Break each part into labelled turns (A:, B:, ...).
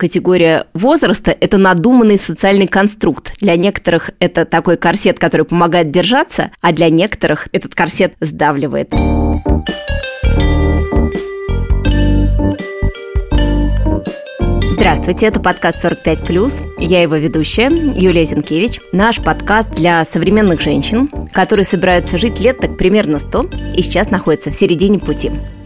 A: категория возраста – это надуманный социальный конструкт. Для некоторых это такой корсет, который помогает держаться, а для некоторых этот корсет сдавливает. Здравствуйте, это подкаст «45+». Я его ведущая, Юлия Зинкевич. Наш подкаст для современных женщин, которые собираются жить лет так примерно 100 и сейчас находятся в середине пути.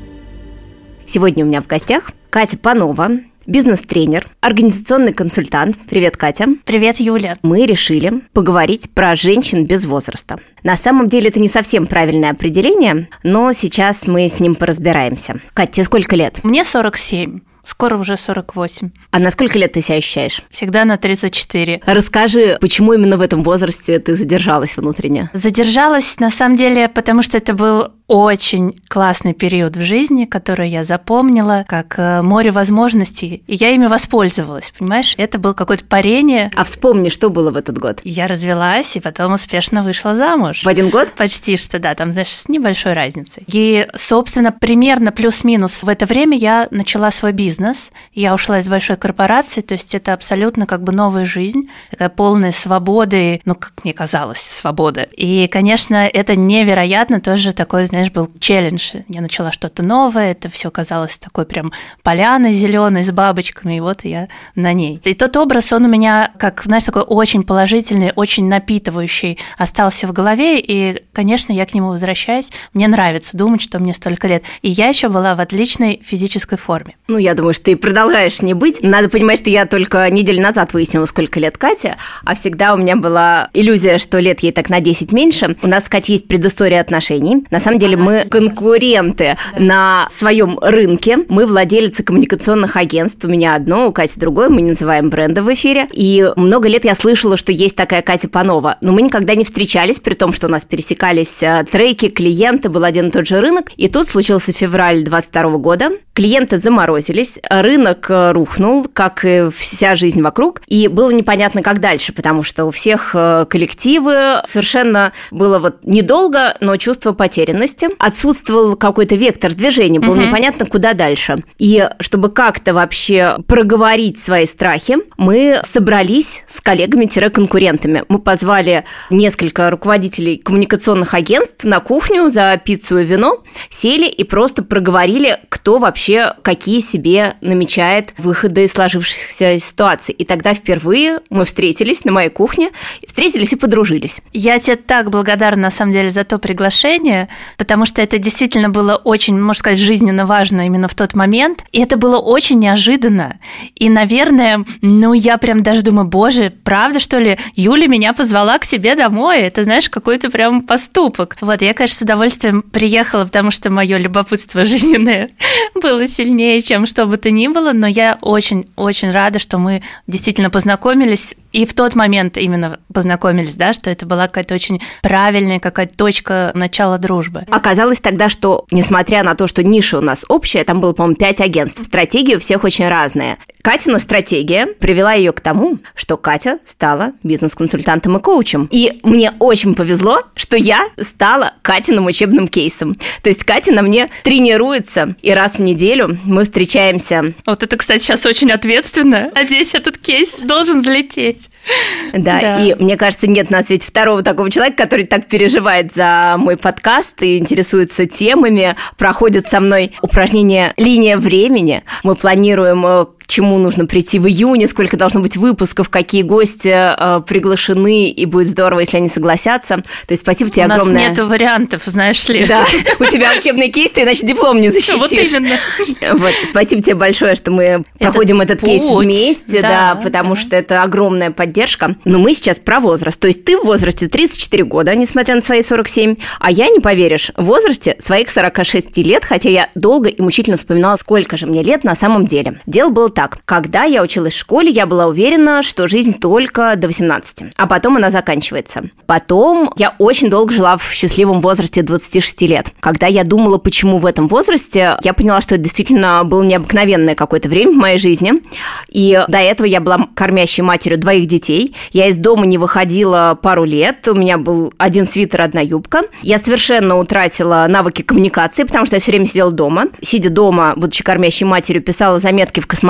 A: Сегодня у меня в гостях Катя Панова, бизнес-тренер, организационный консультант. Привет, Катя.
B: Привет, Юля.
A: Мы решили поговорить про женщин без возраста. На самом деле это не совсем правильное определение, но сейчас мы с ним поразбираемся. Катя, тебе сколько лет?
B: Мне 47. Скоро уже 48.
A: А на сколько лет ты себя ощущаешь?
B: Всегда на 34.
A: Расскажи, почему именно в этом возрасте ты задержалась внутренне?
B: Задержалась, на самом деле, потому что это был очень классный период в жизни, который я запомнила как море возможностей, и я ими воспользовалась, понимаешь? Это было какое-то парение.
A: А вспомни, что было в этот год?
B: Я развелась, и потом успешно вышла замуж.
A: В один год?
B: Почти что, да, там, знаешь, с небольшой разницей. И, собственно, примерно плюс-минус в это время я начала свой бизнес. Я ушла из большой корпорации, то есть это абсолютно как бы новая жизнь, такая полная свободы, ну, как мне казалось, свобода. И, конечно, это невероятно тоже такой, знаешь, был челлендж. Я начала что-то новое, это все казалось такой прям поляной зеленой с бабочками, и вот я на ней. И тот образ, он у меня, как, знаешь, такой очень положительный, очень напитывающий, остался в голове, и, конечно, я к нему возвращаюсь. Мне нравится думать, что мне столько лет. И я еще была в отличной физической форме.
A: Ну, я думаю, что ты продолжаешь не быть. Надо понимать, что я только неделю назад выяснила, сколько лет Кате, а всегда у меня была иллюзия, что лет ей так на 10 меньше. У нас с Катей есть предыстория отношений. На самом деле мы конкуренты на своем рынке. Мы владельцы коммуникационных агентств. У меня одно, у Кати другое. Мы не называем бренды в эфире. И много лет я слышала, что есть такая Катя Панова. Но мы никогда не встречались, при том, что у нас пересекались треки, клиенты, был один и тот же рынок. И тут случился февраль 22 года. Клиенты заморозились, рынок рухнул, как и вся жизнь вокруг. И было непонятно, как дальше, потому что у всех коллективы совершенно было вот недолго, но чувство потерянности. Отсутствовал какой-то вектор движения, было непонятно, куда дальше. И чтобы как-то вообще проговорить свои страхи, мы собрались с коллегами-конкурентами. Мы позвали несколько руководителей коммуникационных агентств на кухню за пиццу и вино, сели и просто проговорили, кто вообще какие себе намечает выходы из сложившихся ситуаций. И тогда впервые мы встретились на моей кухне, встретились и подружились.
B: Я тебе так благодарна, на самом деле, за то приглашение, потому что это действительно было очень, можно сказать, жизненно важно именно в тот момент. И это было очень неожиданно. И, наверное, я прям даже думаю, боже, правда, что ли, Юля меня позвала к себе домой? Это, знаешь, какой-то прям поступок. Вот, я, конечно, с удовольствием приехала, потому что мое любопытство жизненное было сильнее, чем что бы то ни было, но я очень-очень рада, что мы действительно познакомились, и в тот момент именно познакомились, да, что это была какая-то очень правильная какая-то точка начала дружбы.
A: Оказалось тогда, что, несмотря на то, что ниша у нас общая, там было, по-моему, 5 агентств, стратегии у всех очень разные. Катина стратегия привела ее к тому, что Катя стала бизнес-консультантом и коучем. И мне очень повезло, что я стала Катиным учебным кейсом. То есть Катя на мне тренируется, и раз в неделю мы встречаемся.
B: Вот это, кстати, сейчас очень ответственно. Надеюсь, этот кейс должен взлететь.
A: Да, и мне кажется, нет на свете второго такого человека, который так переживает за мой подкаст и интересуется темами, проходит со мной упражнение «Линия времени». Мы планируем, к чему нужно прийти в июне, сколько должно быть выпусков, какие гости приглашены, и будет здорово, если они согласятся. То есть спасибо тебе огромное.
B: У нас нету вариантов, знаешь ли.
A: Да, у тебя учебный кейс, ты иначе диплом не защитишь.
B: Вот именно.
A: Вот, спасибо тебе большое, что мы проходим этот кейс вместе, да, потому что это огромная поддержка. Но мы сейчас про возраст. То есть ты в возрасте 34 года, несмотря на свои 47, а я, не поверишь, в возрасте своих 46 лет, хотя я долго и мучительно вспоминала, сколько же мне лет на самом деле. Дело было так. Когда я училась в школе, я была уверена, что жизнь только до 18, а потом она заканчивается. Потом я очень долго жила в счастливом возрасте 26 лет. Когда я думала, почему в этом возрасте, я поняла, что это действительно было необыкновенное какое-то время в моей жизни. И до этого я была кормящей матерью 2 детей. Я из дома не выходила пару лет. У меня был 1 свитер, 1 юбка. Я совершенно утратила навыки коммуникации, потому что я все время сидела дома. Сидя дома, будучи кормящей матерью, писала заметки в Cosmopolitan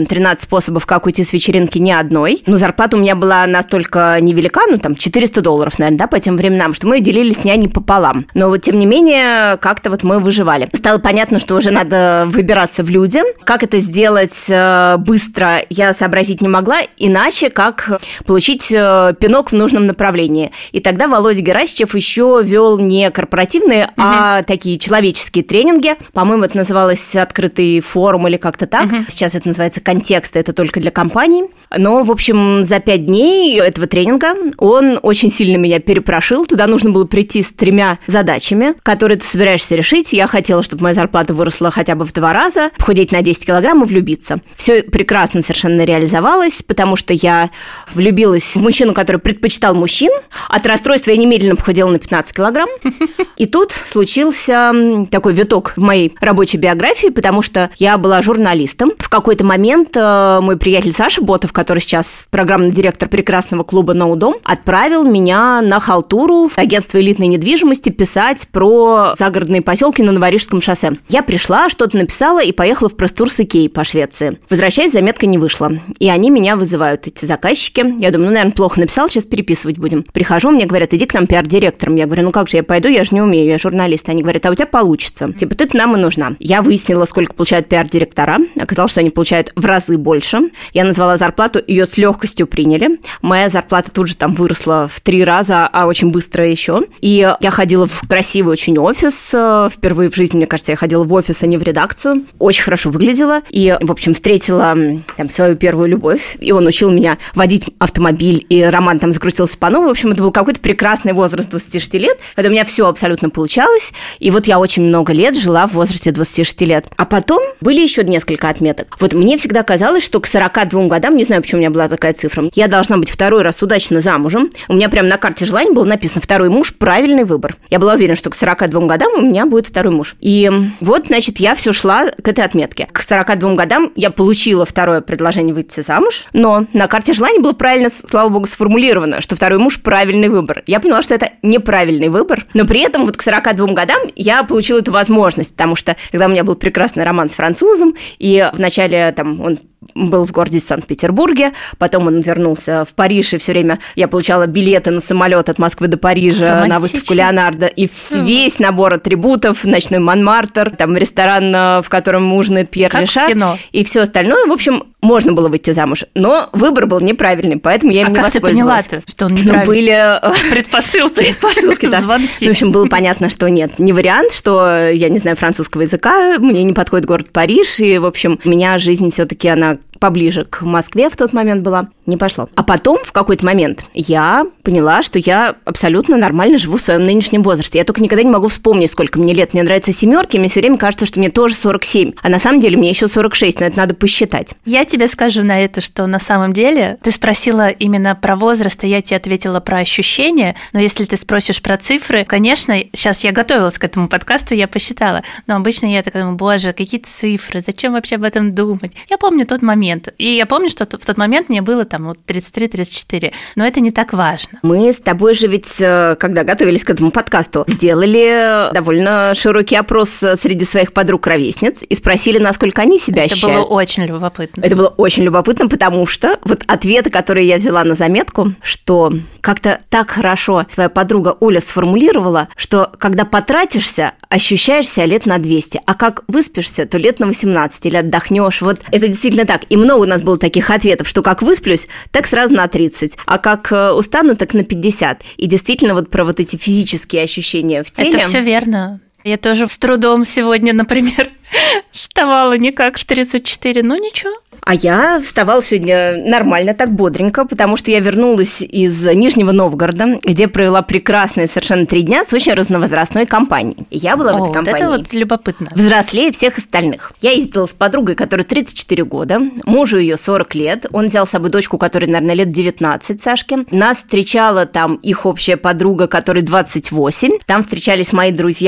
A: написано 13 способов, как уйти с вечеринки ни одной. Но зарплата у меня была настолько невелика, там $400, наверное, да, по тем временам, что мы ее делили с няней пополам. Но вот, тем не менее, как-то вот мы выживали. Стало понятно, что уже надо выбираться в люди. Как это сделать быстро, я сообразить не могла, иначе как получить пинок в нужном направлении. И тогда Володя Герасичев еще вел не корпоративные, а такие человеческие тренинги. По-моему, это называлось «Открытый форум» или как-то так. Сейчас это называется «Контекст», это только для компаний. Но, в общем, за 5 дней этого тренинга он очень сильно меня перепрошил. Туда нужно было прийти с 3 задачами, которые ты собираешься решить. Я хотела, чтобы моя зарплата выросла хотя бы в 2 раза, похудеть на 10 килограмм и влюбиться. Все прекрасно совершенно реализовалось, потому что я влюбилась в мужчину, который предпочитал мужчин. От расстройства я немедленно похудела на 15 килограмм. И тут случился такой виток в моей рабочей биографии, потому что я была журналистом. В какой-то момент мой приятель Саша Ботов, который сейчас программный директор прекрасного клуба «No Dom», отправил меня на халтуру в агентство элитной недвижимости писать про загородные поселки на Новорижском шоссе. Я пришла, что-то написала и поехала в пресс-тур с Икеей по Швеции. Возвращаюсь, заметка не вышла. И они меня вызывают, эти заказчики. Я думаю, наверное, плохо написал, сейчас переписывать будем. Прихожу, мне говорят, иди к нам пиар-директором. Я говорю, как же я пойду, я же не умею, я журналист. Они говорят, а у тебя получится. Типа, ты нам и нужна. Я выяснила, сколько получают пиар-директора. Оказалось, что они получают в разы больше. Я назвала зарплату, ее с легкостью приняли. Моя зарплата тут же там выросла в 3 раза, а очень быстро еще. И я ходила в красивый очень офис. Впервые в жизни, мне кажется, я ходила в офис, а не в редакцию. Очень хорошо выглядела. И, в общем, встретила там свою первую любовь. И он учил меня водить автомобиль. И роман там закрутился по-новому. В общем, это был какой-то прекрасный возраст 26 лет, когда у меня все абсолютно получалось. И вот я очень много лет жила в возрасте 26 лет. А потом были еще несколько отметок. Вот мне всегда казалось, что к 42 годам, не знаю, почему у меня была такая цифра, я должна быть 2-й раз удачно замужем. У меня прямо на карте желаний было написано «2-й муж, правильный выбор». Я была уверена, что к 42 годам у меня будет 2-й муж. И вот, значит, я все шла к этой отметке. К 42 годам я получила 2-е предложение выйти замуж, но на карте желаний было правильно, слава богу, сформулировано, что 2-й муж – правильный выбор. Я поняла, что это неправильный выбор, но при этом вот к 42 годам я получила эту возможность, потому что тогда у меня был прекрасный роман с французом, и вначале там он был в городе Санкт-Петербурге, потом он вернулся в Париж, и все время я получала билеты на самолет от Москвы до Парижа на выставку Леонардо, и весь набор атрибутов, ночной Монмартр, там ресторан, в котором ужинает Пьер Ришар, и все остальное. В общем, можно было выйти замуж, но выбор был неправильный, поэтому я им не воспользовалась.
B: А как ты поняла-то, что он неправильный?
A: Были
B: предпосылки,
A: да.
B: звонки.
A: В общем, было понятно, что нет, не вариант, что я не знаю французского языка, мне не подходит город Париж, и, в общем, у меня жизнь все-таки она поближе к Москве в тот момент была, не пошло. А потом, в какой-то момент, я поняла, что я абсолютно нормально живу в своем нынешнем возрасте. Я только никогда не могу вспомнить, сколько мне лет. Мне нравятся семерки, мне все время кажется, что мне тоже 47. А на самом деле мне еще 46, но это надо посчитать.
B: Я тебе скажу на это, что на самом деле ты спросила именно про возраст, а я тебе ответила про ощущения. Но если ты спросишь про цифры, конечно, сейчас я готовилась к этому подкасту, я посчитала. Но обычно я такая думаю, боже, какие цифры, зачем вообще об этом думать? Я помню тот момент. И я помню, что в тот момент мне было там 33-34, но это не так важно.
A: Мы с тобой же ведь, когда готовились к этому подкасту, сделали довольно широкий опрос среди своих подруг-ровесниц и спросили, насколько они себя ощущают.
B: Это было очень любопытно.
A: Это было очень любопытно, потому что вот ответы, которые я взяла на заметку, что как-то так хорошо твоя подруга Оля сформулировала, что когда потратишься, ощущаешь себя лет на 200, а как выспишься, то лет на 18 или отдохнешь. Вот это действительно так. И много у нас было таких ответов, что как высплюсь, так сразу на 30, а как устану, так на 50. И действительно вот про вот эти физические ощущения в теле.
B: Это все верно. Я тоже с трудом сегодня, например, вставала не как в 34, но ничего.
A: А я вставала сегодня нормально, так бодренько, потому что я вернулась из Нижнего Новгорода, где провела прекрасные совершенно 3 дня с очень разновозрастной компанией. И я была в этой компании.
B: Это вот любопытно.
A: Взрослее всех остальных. Я ездила с подругой, которой 34 года, мужу ее 40 лет. Он взял с собой дочку, которой, наверное, лет 19, Сашке. Нас встречала там их общая подруга, которой 28. Там встречались мои друзья, кому-то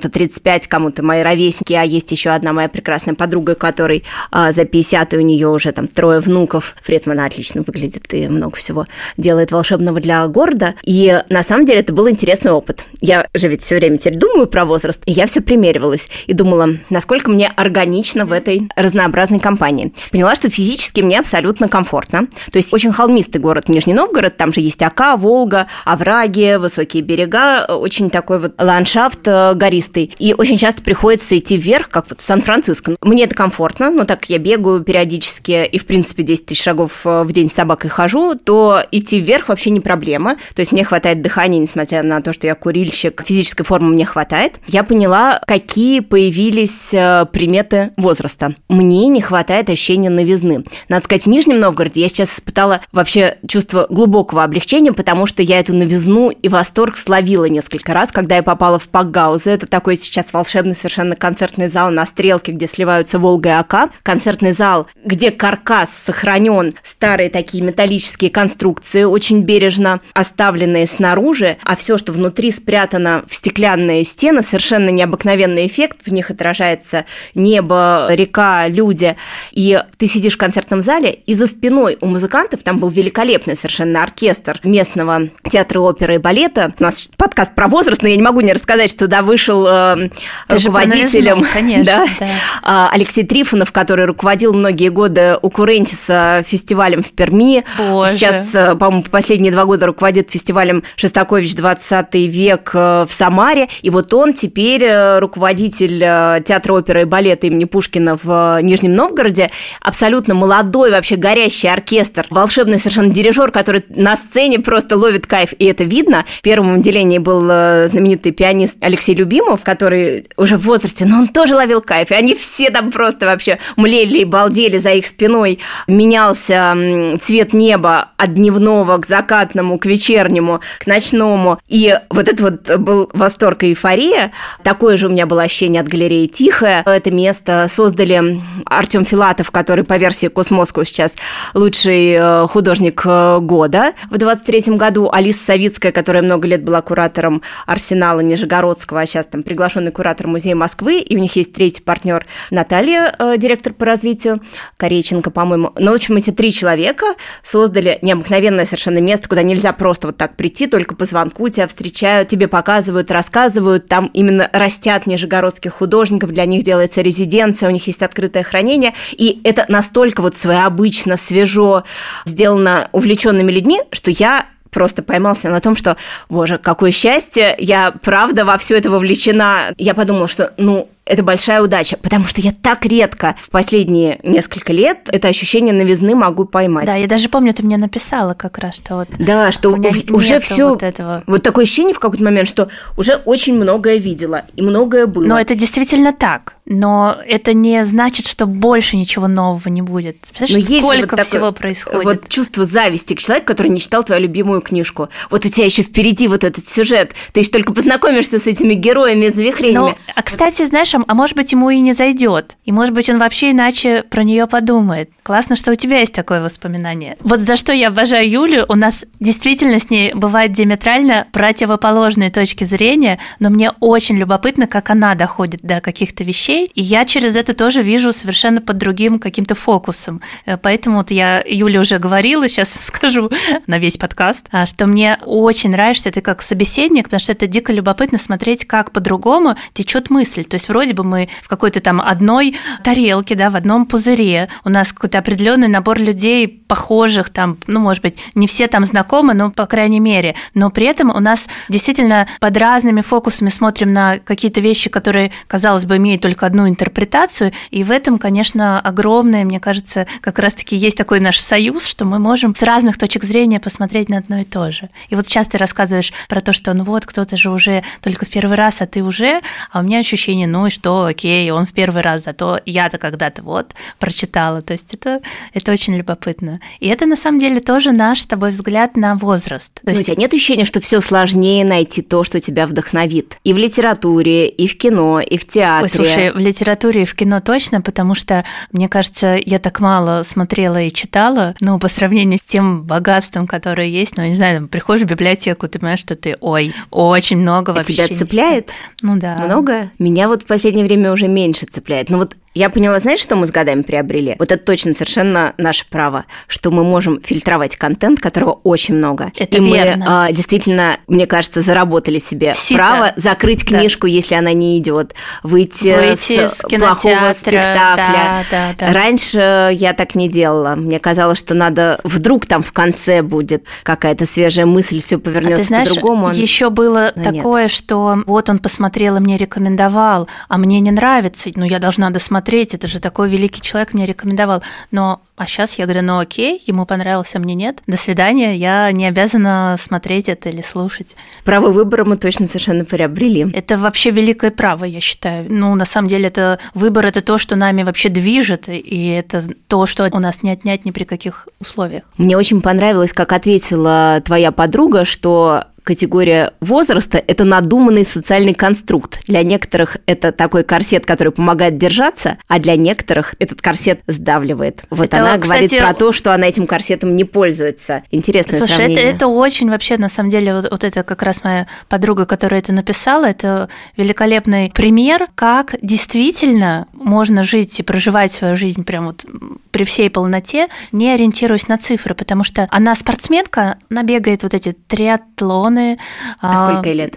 A: 35, кому-то мои ровесники, а есть еще одна моя прекрасная подруга, которой за 50, и у нее уже там 3 внуков. При этом она отлично выглядит и много всего делает волшебного для города. И на самом деле это был интересный опыт. Я же ведь все время теперь думаю про возраст, и я все примеривалась и думала, насколько мне органично в этой разнообразной компании. Поняла, что физически мне абсолютно комфортно. То есть очень холмистый город Нижний Новгород, там же есть Ока, Волга, овраги, высокие берега, очень такой вот ландшафт гористый. И очень часто приходится идти вверх, как вот в Сан-Франциско. Мне это комфортно, но так как я бегаю периодически и, в принципе, 10 тысяч шагов в день с собакой хожу, то идти вверх вообще не проблема. То есть мне хватает дыхания, несмотря на то, что я курильщик, физической формы мне хватает. Я поняла, какие появились приметы возраста. Мне не хватает ощущения новизны. Надо сказать, в Нижнем Новгороде я сейчас испытала вообще чувство глубокого облегчения, потому что я эту новизну и восторг словила несколько раз, когда я попала в Пакгаузы. Это такой сейчас волшебный совершенно концертный зал на Стрелке, где сливаются Волга и Ока. Концертный зал, где каркас сохранен, старые такие металлические конструкции, очень бережно оставленные снаружи, а все, что внутри спрятано в стеклянные стены, совершенно необыкновенный эффект, в них отражается небо, река, люди, и ты сидишь в концертном зале, и за спиной у музыкантов, там был великолепный совершенно оркестр местного театра оперы и балета. У нас подкаст про возраст, но я не могу не рассказать, что туда вышел руководителем,
B: конечно,
A: да. Алексей Трифонов, который руководил многие годы у Курентиса фестивалем в Перми.
B: Боже.
A: Сейчас, по-моему, последние 2 года руководит фестивалем «Шостакович. 20 век» в Самаре. И вот он теперь руководитель театра оперы и балета имени Пушкина в Нижнем Новгороде. Абсолютно молодой, вообще горящий оркестр. Волшебный совершенно дирижер, который на сцене просто ловит кайф. И это видно. В первом отделении был знаменитый пианист Алексей Любимов, который уже в возрасте, но он тоже ловил кайф. И они все там просто вообще млели и балдели. За их спиной менялся цвет неба от дневного к закатному, к вечернему, к ночному. И вот это вот был восторг и эйфория. Такое же у меня было ощущение от галереи «Тихая». Это место создали Артём Филатов, который по версии Космоскоу сейчас лучший художник года в 23-м году. Алиса Савицкая, которая много лет была куратором Арсенала Нижегородского, а сейчас там приглашенный куратор Музея Москвы. И у них есть 3-й партнер Наталья, директор по развитию, Корейченко, по-моему. Но, в общем, эти 3 человека создали необыкновенное совершенно место, куда нельзя просто вот так прийти, только по звонку тебя встречают, тебе показывают, рассказывают. Там именно растят нижегородских художников, для них делается резиденция, у них есть открытое хранение. И это настолько вот своеобычно, свежо сделано увлеченными людьми, что я просто поймался на том, что, боже, какое счастье, я правда во все это вовлечена. Я подумала, что, это большая удача, потому что я так редко в последние несколько лет это ощущение новизны могу поймать.
B: Да, я даже помню, ты мне написала как раз, что вот...
A: Да, что уже все
B: вот этого.
A: Вот такое ощущение в какой-то момент, что уже очень многое видела и многое было.
B: Но это действительно так. Но это не значит, что больше ничего нового не будет. Представляешь, сколько вот всего происходит.
A: Вот чувство зависти к человеку, который не читал твою любимую книжку. Вот у тебя еще впереди вот этот сюжет. Ты еще только познакомишься с этими героями, завихрениями.
B: Кстати, знаешь, а может быть, ему и не зайдет. И, может быть, он вообще иначе про нее подумает. Классно, что у тебя есть такое воспоминание. Вот за что я обожаю Юлю. У нас действительно с ней бывают диаметрально противоположные точки зрения, но мне очень любопытно, как она доходит до каких-то вещей, и я через это тоже вижу совершенно под другим каким-то фокусом. Поэтому вот я Юле уже говорила, сейчас скажу на весь подкаст, что мне очень нравишься ты как собеседник, потому что это дико любопытно смотреть, как по-другому течет мысль. То есть вроде бы мы в какой-то там одной тарелке, да, в одном пузыре, у нас какой-то определенный набор людей, похожих там, может быть, не все там знакомы, но по крайней мере, но при этом у нас действительно под разными фокусами смотрим на какие-то вещи, которые, казалось бы, имеют только одну интерпретацию, и в этом, конечно, огромное, мне кажется, как раз-таки есть такой наш союз, что мы можем с разных точек зрения посмотреть на одно и то же. И вот сейчас ты рассказываешь про то, что кто-то же уже только в первый раз, а ты уже, а у меня ощущение, думать, что окей, он в первый раз, зато я-то когда-то вот прочитала. То есть это очень любопытно. И это на самом деле тоже наш с тобой взгляд на возраст.
A: У тебя нет ощущения, что все сложнее найти то, что тебя вдохновит? И в литературе, и в кино, и в театре.
B: Ой, слушай, в литературе и в кино точно, потому что, мне кажется, я так мало смотрела и читала, но по сравнению с тем богатством, которое есть, не знаю, там, приходишь в библиотеку, ты понимаешь, что ты, очень много вообще.
A: Тебя цепляет?
B: Ну да.
A: Много? Меня вот в последнее время уже меньше цепляет. Вот я поняла, знаешь, что мы с годами приобрели? Вот это точно совершенно наше право, что мы можем фильтровать контент, которого очень много.
B: Это
A: и
B: верно.
A: Мы действительно, мне кажется, заработали себе право закрыть книжку, если она не идет, выйти с плохого спектакля.
B: Да.
A: Раньше я так не делала. Мне казалось, что надо вдруг там в конце будет какая-то свежая мысль, все повернется по-другому.
B: Еще было такое, что вот он посмотрел и мне рекомендовал, а мне не нравится, я должна досмотреть. Это же такой великий человек мне рекомендовал. А сейчас я говорю, окей, ему понравилось, а мне нет. До свидания, я не обязана смотреть это или слушать.
A: Право выбора мы точно совершенно приобрели.
B: Это вообще великое право, я считаю. На самом деле, выбор – это то, что нами вообще движет, и это то, что у нас не отнять ни при каких условиях.
A: Мне очень понравилось, как ответила твоя подруга, что категория возраста – это надуманный социальный конструкт. Для некоторых это такой корсет, который помогает держаться, а для некоторых этот корсет сдавливает. Она говорит про то, что она этим корсетом не пользуется. Интересное сравнение.
B: Слушай, это очень вообще, на самом деле, вот это как раз моя подруга, которая это написала, это великолепный пример, как действительно можно жить и проживать свою жизнь прям вот при всей полноте, не ориентируясь на цифры, потому что она спортсменка, она бегает вот эти триатлоны.
A: А сколько ей лет?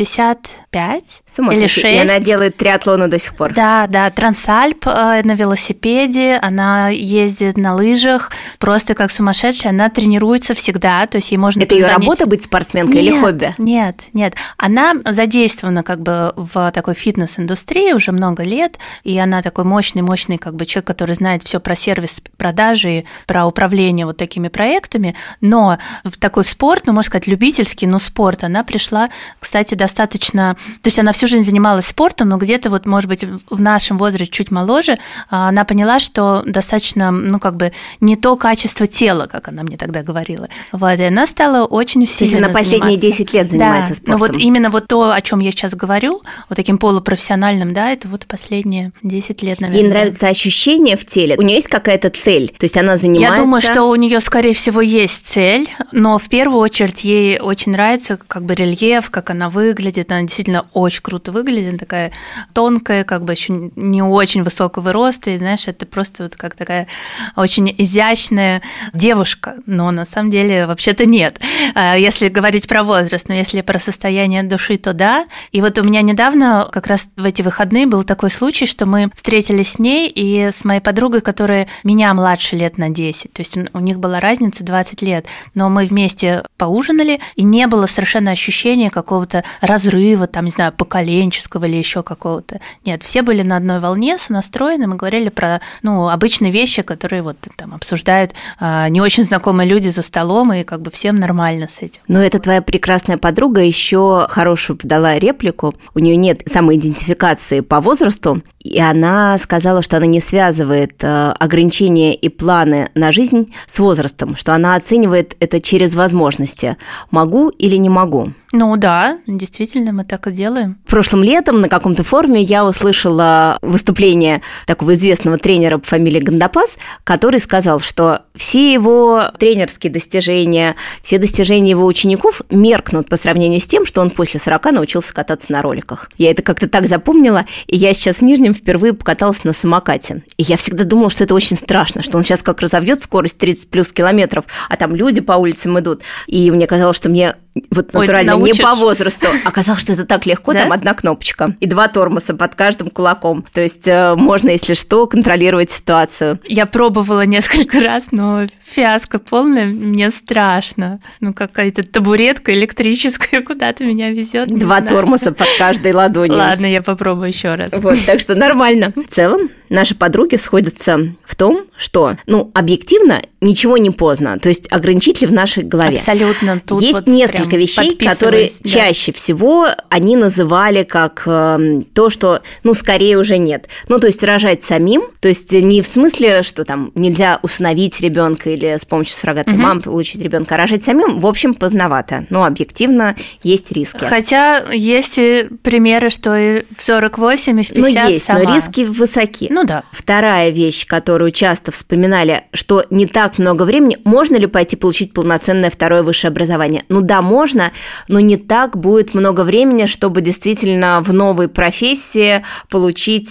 B: 55 или 6.
A: И она делает триатлоны до сих пор.
B: Да, Трансальп на велосипеде, она ездит на лыжах, просто как сумасшедшая, она тренируется всегда, то есть ей можно
A: Это
B: позвонить.
A: Ее работа быть спортсменкой или хобби?
B: Нет. Она задействована как бы в такой фитнес-индустрии уже много лет, и она такой мощный как бы человек, который знает все про сервис продажи и про управление вот такими проектами, но в такой спорт, можно сказать, любительский, но спорт, она пришла, кстати, достаточно... То есть она всю жизнь занималась спортом, но где-то вот, может быть, в нашем возрасте чуть моложе, она поняла, что достаточно, как бы не то качество тела, как она мне тогда говорила. И она стала очень усиленно заниматься.
A: То есть она последние 10 лет занимается спортом.
B: Но вот именно вот то, о чем я сейчас говорю, вот таким полупрофессиональным, это вот последние 10 лет, наверное.
A: Ей нравится ощущение в теле? У нее есть какая-то цель? То есть она занимается...
B: Я думаю, что у нее, скорее всего, есть цель, но в первую очередь ей очень нравится как бы рельеф, как она выглядит. Она действительно очень круто выглядит, такая тонкая, как бы еще не очень высокого роста, и, знаешь, это просто вот как такая очень изящная девушка, но на самом деле вообще-то нет. Если говорить про возраст, но если про состояние души, то да. И вот у меня недавно, как раз в эти выходные, был такой случай, что мы встретились с ней и с моей подругой, которая меня младше лет на 10. То есть у них была разница 20 лет, но мы вместе поужинали, и не было совершенно ощущения какого-то разрыва, там, не знаю, поколенческого или еще какого-то. Нет, все были на одной волне, сонастроены, мы говорили про, обычные вещи, которые вот там обсуждают не очень знакомые люди за столом, и как бы всем нормально с этим.
A: Но эта твоя прекрасная подруга еще хорошую подала реплику. У нее нет самоидентификации по возрасту, и она сказала, что она не связывает ограничения и планы на жизнь с возрастом, что она оценивает это через возможности. Могу или не могу?
B: Да, действительно, мы так и делаем.
A: Прошлым летом на каком-то форуме я услышала выступление такого известного тренера по фамилии Гандапас, который сказал, что все его тренерские достижения, все достижения его учеников меркнут по сравнению с тем, что он после 40 научился кататься на роликах. Я это как-то так запомнила, и я сейчас в Нижнем впервые покаталась на самокате. И я всегда думала, что это очень страшно, что он сейчас как разовьет скорость 30 плюс километров, а там люди по улицам идут. И мне казалось, что мне вот натурально не по возрасту. Оказалось, что это так легко, там одна кнопочка и 2 тормоза под каждым кулаком. То есть можно, если что, контролировать ситуацию.
B: Я пробовала несколько раз, но фиаско полное, мне страшно. Какая-то табуретка электрическая куда-то меня везет.
A: 2 тормоза под каждой ладонью.
B: Ладно, я попробую еще раз.
A: Так что нормально. В целом, наши подруги сходятся в том, что, объективно, ничего не поздно. То есть ограничители в нашей голове.
B: Абсолютно. Тут
A: есть несколько несколько вещей, которые чаще всего они называли как то, что, скорее уже нет. То есть рожать самим, то есть не в смысле, что там нельзя усыновить ребенка или с помощью суррогатной мамы получить ребенка, а рожать самим, в общем, поздновато. Объективно есть риски.
B: Хотя есть и примеры, что и в 48, и в 50
A: есть,
B: сама.
A: Но риски высоки.
B: Да.
A: Вторая вещь, которую часто вспоминали, что не так много времени. Можно ли пойти получить полноценное второе высшее образование? Да, можно, но не так будет много времени, чтобы действительно в новой профессии получить...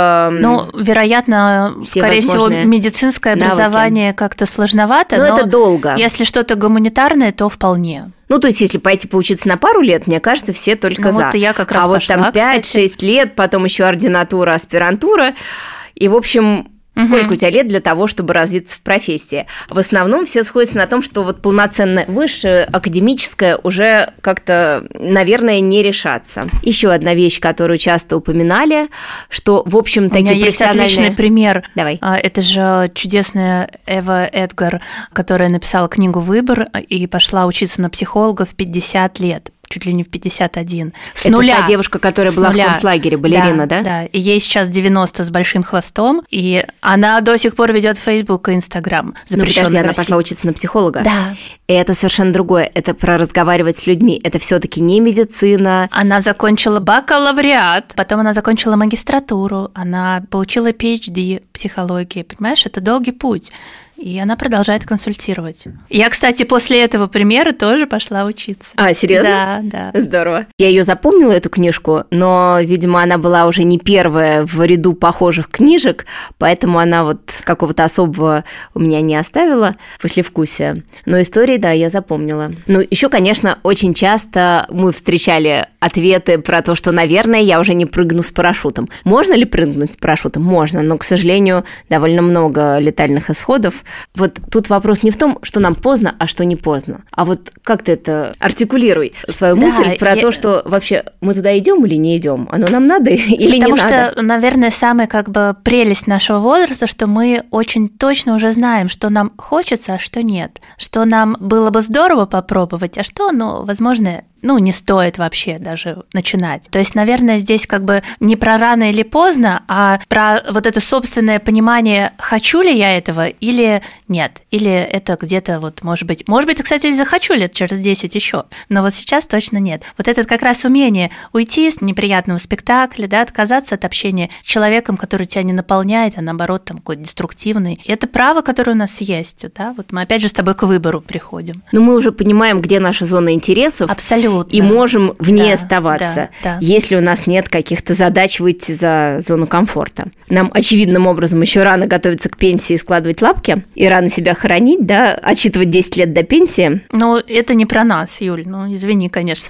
B: вероятно, скорее всего, медицинское образование как-то сложновато, но
A: это долго.
B: Если что-то гуманитарное, то вполне.
A: То есть, если пойти поучиться на пару лет, мне кажется, все только за.
B: Вот я как раз пошла,
A: там 5-6 лет, потом еще ординатура, аспирантура. И, в общем, сколько у тебя лет для того, чтобы развиться в профессии? В основном все сходятся на том, что полноценное высшее, академическое уже как-то, наверное, не решаться. Еще одна вещь, которую часто упоминали, что, в общем, такие профессиональные...
B: У меня есть отличный пример.
A: Давай.
B: Это же чудесная Эва Эдгар, которая написала книгу «Выбор» и пошла учиться на психолога в 50 лет. Чуть ли не в 51. С нуля.
A: Это та девушка, которая была в концлагере, балерина, да?
B: Да, и ей сейчас 90 с большим хвостом, и она до сих пор ведет Facebook и Instagram, запрещенный в России.
A: Она пошла учиться на психолога?
B: Да.
A: Это совершенно другое, это про разговаривать с людьми, это все-таки не медицина.
B: Она закончила бакалавриат, потом она закончила магистратуру, она получила PhD в психологии, понимаешь, это долгий путь. И она продолжает консультировать. Я, кстати, после этого примера тоже пошла учиться.
A: Серьезно?
B: Да.
A: Здорово. Я ее запомнила, эту книжку, но, видимо, она была уже не первая в ряду похожих книжек, поэтому она какого-то особого у меня не оставила послевкусия. Но истории, да, я запомнила. Еще, конечно, очень часто мы встречали ответы про то, что, наверное, я уже не прыгну с парашютом. Можно ли прыгнуть с парашютом? Можно, но, к сожалению, довольно много летальных исходов. Тут вопрос не в том, что нам поздно, а что не поздно. А как ты это артикулируй, свою мысль про то, что вообще мы туда идем или не идем? Оно нам надо или не надо?
B: Потому что, наверное, самая прелесть нашего возраста, что мы очень точно уже знаем, что нам хочется, а что нет. Что нам было бы здорово попробовать, а что, возможно, не стоит вообще даже начинать. То есть, наверное, здесь не про рано или поздно, а про это собственное понимание, хочу ли я этого или нет. Или это где-то может быть, кстати, захочу лет через 10 еще, но сейчас точно нет. Это как раз умение уйти с неприятного спектакля, да, отказаться от общения с человеком, который тебя не наполняет, а наоборот, какой-то деструктивный. И это право, которое у нас есть, да, мы опять же с тобой к выбору приходим.
A: Но мы уже понимаем, где наша зона интересов.
B: Абсолютно.
A: И можем в ней оставаться, если у нас нет каких-то задач выйти за зону комфорта. Нам очевидным образом еще рано готовиться к пенсии и складывать лапки, и рано себя хоронить, да, отсчитывать 10 лет до пенсии.
B: Это не про нас, Юль, извини, конечно.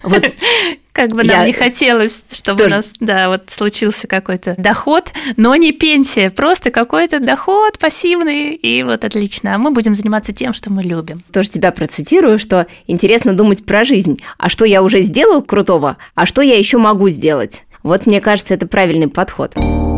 B: Нам не хотелось, чтобы тоже... у нас, случился какой-то доход, но не пенсия, просто какой-то доход пассивный, и отлично. А мы будем заниматься тем, что мы любим.
A: Тоже тебя процитирую, что интересно думать про жизнь. А что я уже сделал крутого, а что я еще могу сделать? Мне кажется, это правильный подход.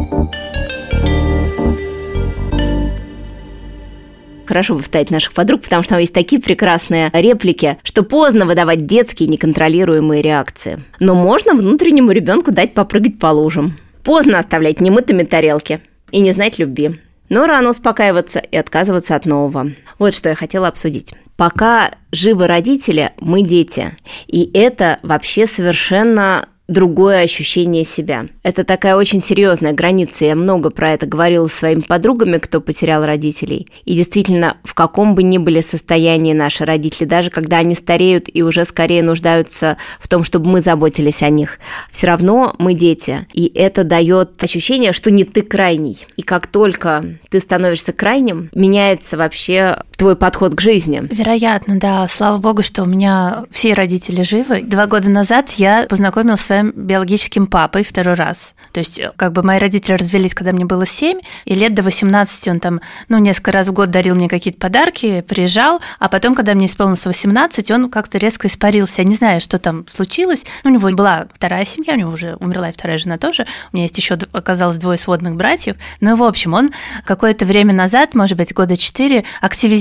A: Хорошо бы вставить наших подруг, потому что там есть такие прекрасные реплики, что поздно выдавать детские неконтролируемые реакции. Но можно внутреннему ребенку дать попрыгать по лужам. Поздно оставлять немытыми тарелки и не знать любви. Но рано успокаиваться и отказываться от нового. Вот что я хотела обсудить. Пока живы родители, мы дети. И это вообще совершенно другое ощущение себя. Это такая очень серьезная граница. Я много про это говорила с своими подругами, кто потерял родителей. И действительно, в каком бы ни были состоянии наши родители, даже когда они стареют и уже скорее нуждаются в том, чтобы мы заботились о них, все равно мы дети. И это дает ощущение, что не ты крайний. И как только ты становишься крайним, меняется вообще твой подход к жизни.
B: Вероятно, да. Слава богу, что у меня все родители живы. 2 года назад я познакомилась с своим биологическим папой второй раз. То есть, мои родители развелись, когда мне было 7, и лет до 18 он там, несколько раз в год дарил мне какие-то подарки, приезжал, а потом, когда мне исполнилось 18, он как-то резко испарился. Я не знаю, что там случилось. У него была вторая семья, у него уже умерла и вторая жена тоже. У меня есть еще, оказалось, 2 сводных братьев. В общем, он какое-то время назад, может быть, года 4, активизировался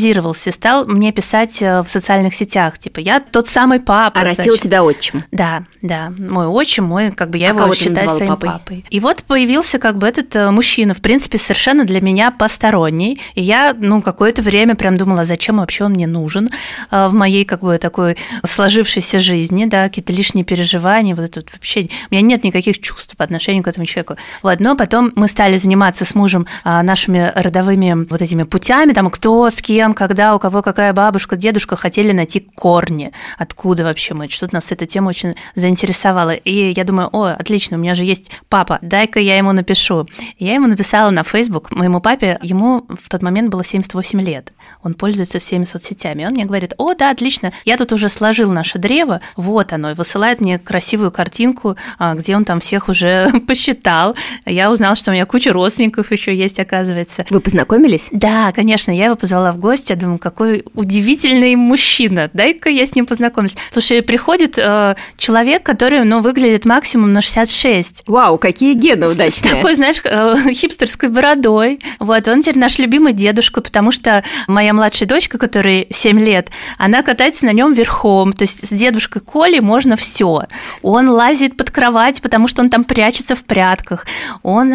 B: активизировался, стал мне писать в социальных сетях, типа, я тот самый папа.
A: А растил тебя отчим?
B: Да, мой отчим, я его считаю своим папой. И вот появился этот мужчина, в принципе, совершенно для меня посторонний, и я, какое-то время прям думала, зачем вообще он мне нужен в моей такой сложившейся жизни, да, какие-то лишние переживания, вообще, у меня нет никаких чувств по отношению к этому человеку. Но потом мы стали заниматься с мужем нашими родовыми этими путями, там, кто с кем, когда, у кого какая бабушка, дедушка, хотели найти корни, откуда вообще мы, что-то нас эта тема очень заинтересовала. И я думаю, отлично, у меня же есть папа, дай-ка я ему напишу. Я ему написала на Facebook, моему папе, ему в тот момент было 78 лет, он пользуется всеми соцсетями. И он мне говорит, да, отлично, я тут уже сложил наше древо, вот оно, и высылает мне красивую картинку, где он там всех уже посчитал. Я узнала, что у меня куча родственников еще есть, оказывается.
A: Вы познакомились?
B: Да, конечно, я его позвала в гости, я думаю, какой удивительный мужчина, дай-ка я с ним познакомлюсь. Слушай, приходит человек, который, выглядит максимум на 66.
A: Вау, какие гены удачные.
B: С такой, знаешь, хипстерской бородой. Он теперь наш любимый дедушка, потому что моя младшая дочка, которой 7 лет, она катается на нем верхом, то есть с дедушкой Колей можно все. Он лазит под кровать, потому что он там прячется в прядках. Он,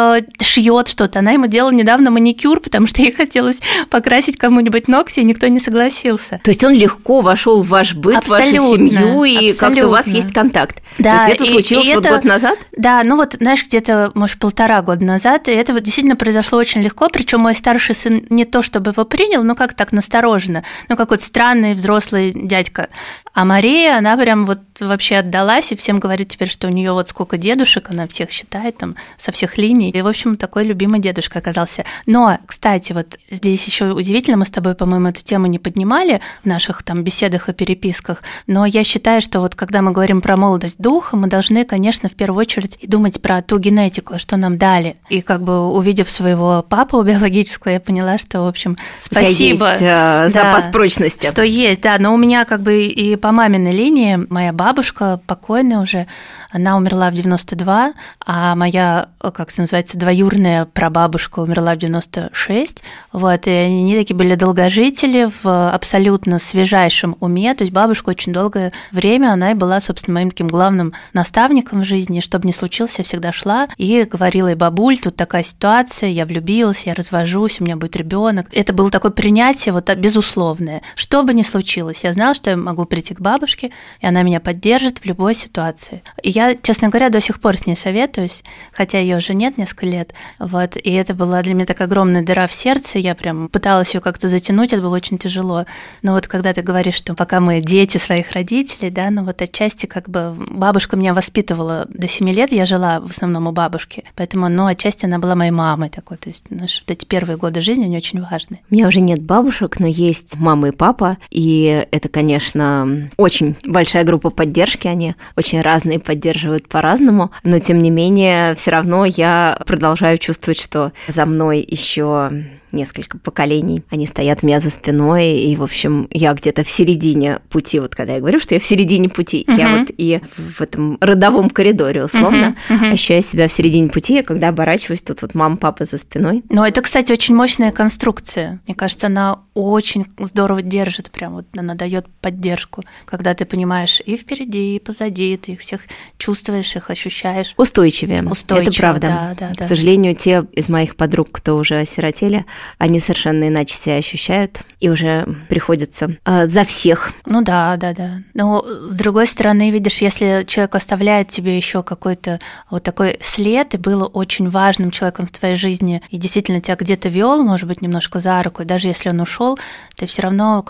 B: шьет что-то. Она ему делала недавно маникюр, потому что ей хотелось покрасить кому-нибудь ногти, и никто не согласился.
A: То есть он легко вошел в ваш быт, в вашу семью, и как-то у вас есть контакт.
B: Да,
A: то есть это случилось год назад?
B: Да, знаешь, где-то, может, 1,5 года назад, и это действительно произошло очень легко, причем мой старший сын не то чтобы его принял, но как так настороженно, какой-то странный взрослый дядька. А Мария, она прям вообще отдалась, и всем говорит теперь, что у нее сколько дедушек, она всех считает там со всех линий. И, в общем, такой любимый дедушка оказался. Но, кстати, здесь еще удивительно, мы с тобой, по-моему, эту тему не поднимали в наших там беседах и переписках, но я считаю, что когда мы говорим про молодость духа, мы должны, конечно, в первую очередь думать про ту генетику, что нам дали. И увидев своего папу биологического, я поняла, что, в общем, спасибо.
A: У тебя есть запас прочности.
B: Что есть, да, но у меня и по маминой линии моя бабушка, покойная уже, она умерла в 92, а моя, как это называется, двоюродная прабабушка умерла в 96, и они такие были долгожители в абсолютно свежайшем уме, то есть бабушка очень долгое время, она и была, собственно, моим таким главным наставником в жизни, что бы ни случилось, я всегда шла и говорила: и бабуль, тут такая ситуация, я влюбилась, я развожусь, у меня будет ребенок. Это было такое принятие безусловное. Что бы ни случилось, я знала, что я могу прийти к бабушке, и она меня поддержит в любой ситуации. И я, честно говоря, до сих пор с ней советуюсь, хотя ее уже нет несколько лет. И это была для меня такая огромная дыра в сердце, я прям пыталась ее как-то затянуть, это было очень тяжело. Но когда ты говоришь, что пока мы дети своих родителей, да, отчасти бабушка меня воспитывала до 7 лет, я жила в основном у бабушки, поэтому, отчасти она была моей мамой такой, то есть эти первые годы жизни, они очень важны.
A: У меня уже нет бабушек, но есть мама и папа, и это, конечно, очень большая группа поддержки, они очень разные, поддерживают по-разному, но, тем не менее, все равно я продолжаю чувствовать, что за мной еще несколько поколений. Они стоят у меня за спиной, и, в общем, я где-то в середине пути. Когда я говорю, что я в середине пути, я и в этом родовом коридоре, условно, ощущаю себя в середине пути, когда оборачиваюсь, тут мама, папа за спиной.
B: Но это, кстати, очень мощная конструкция. Мне кажется, она очень здорово держит, прям она дает поддержку, когда ты понимаешь и впереди, и позади, ты их всех чувствуешь, их ощущаешь.
A: Устойчивее. Это правда.
B: Да.
A: К сожалению, те из моих подруг, кто уже осиротели, они совершенно иначе себя ощущают, и уже приходится за всех.
B: Да. Но, с другой стороны, видишь, если человек оставляет тебе еще какой-то такой след, и был очень важным человеком в твоей жизни, и действительно тебя где-то вел, может быть, немножко за руку, и даже если он ушел, ты все равно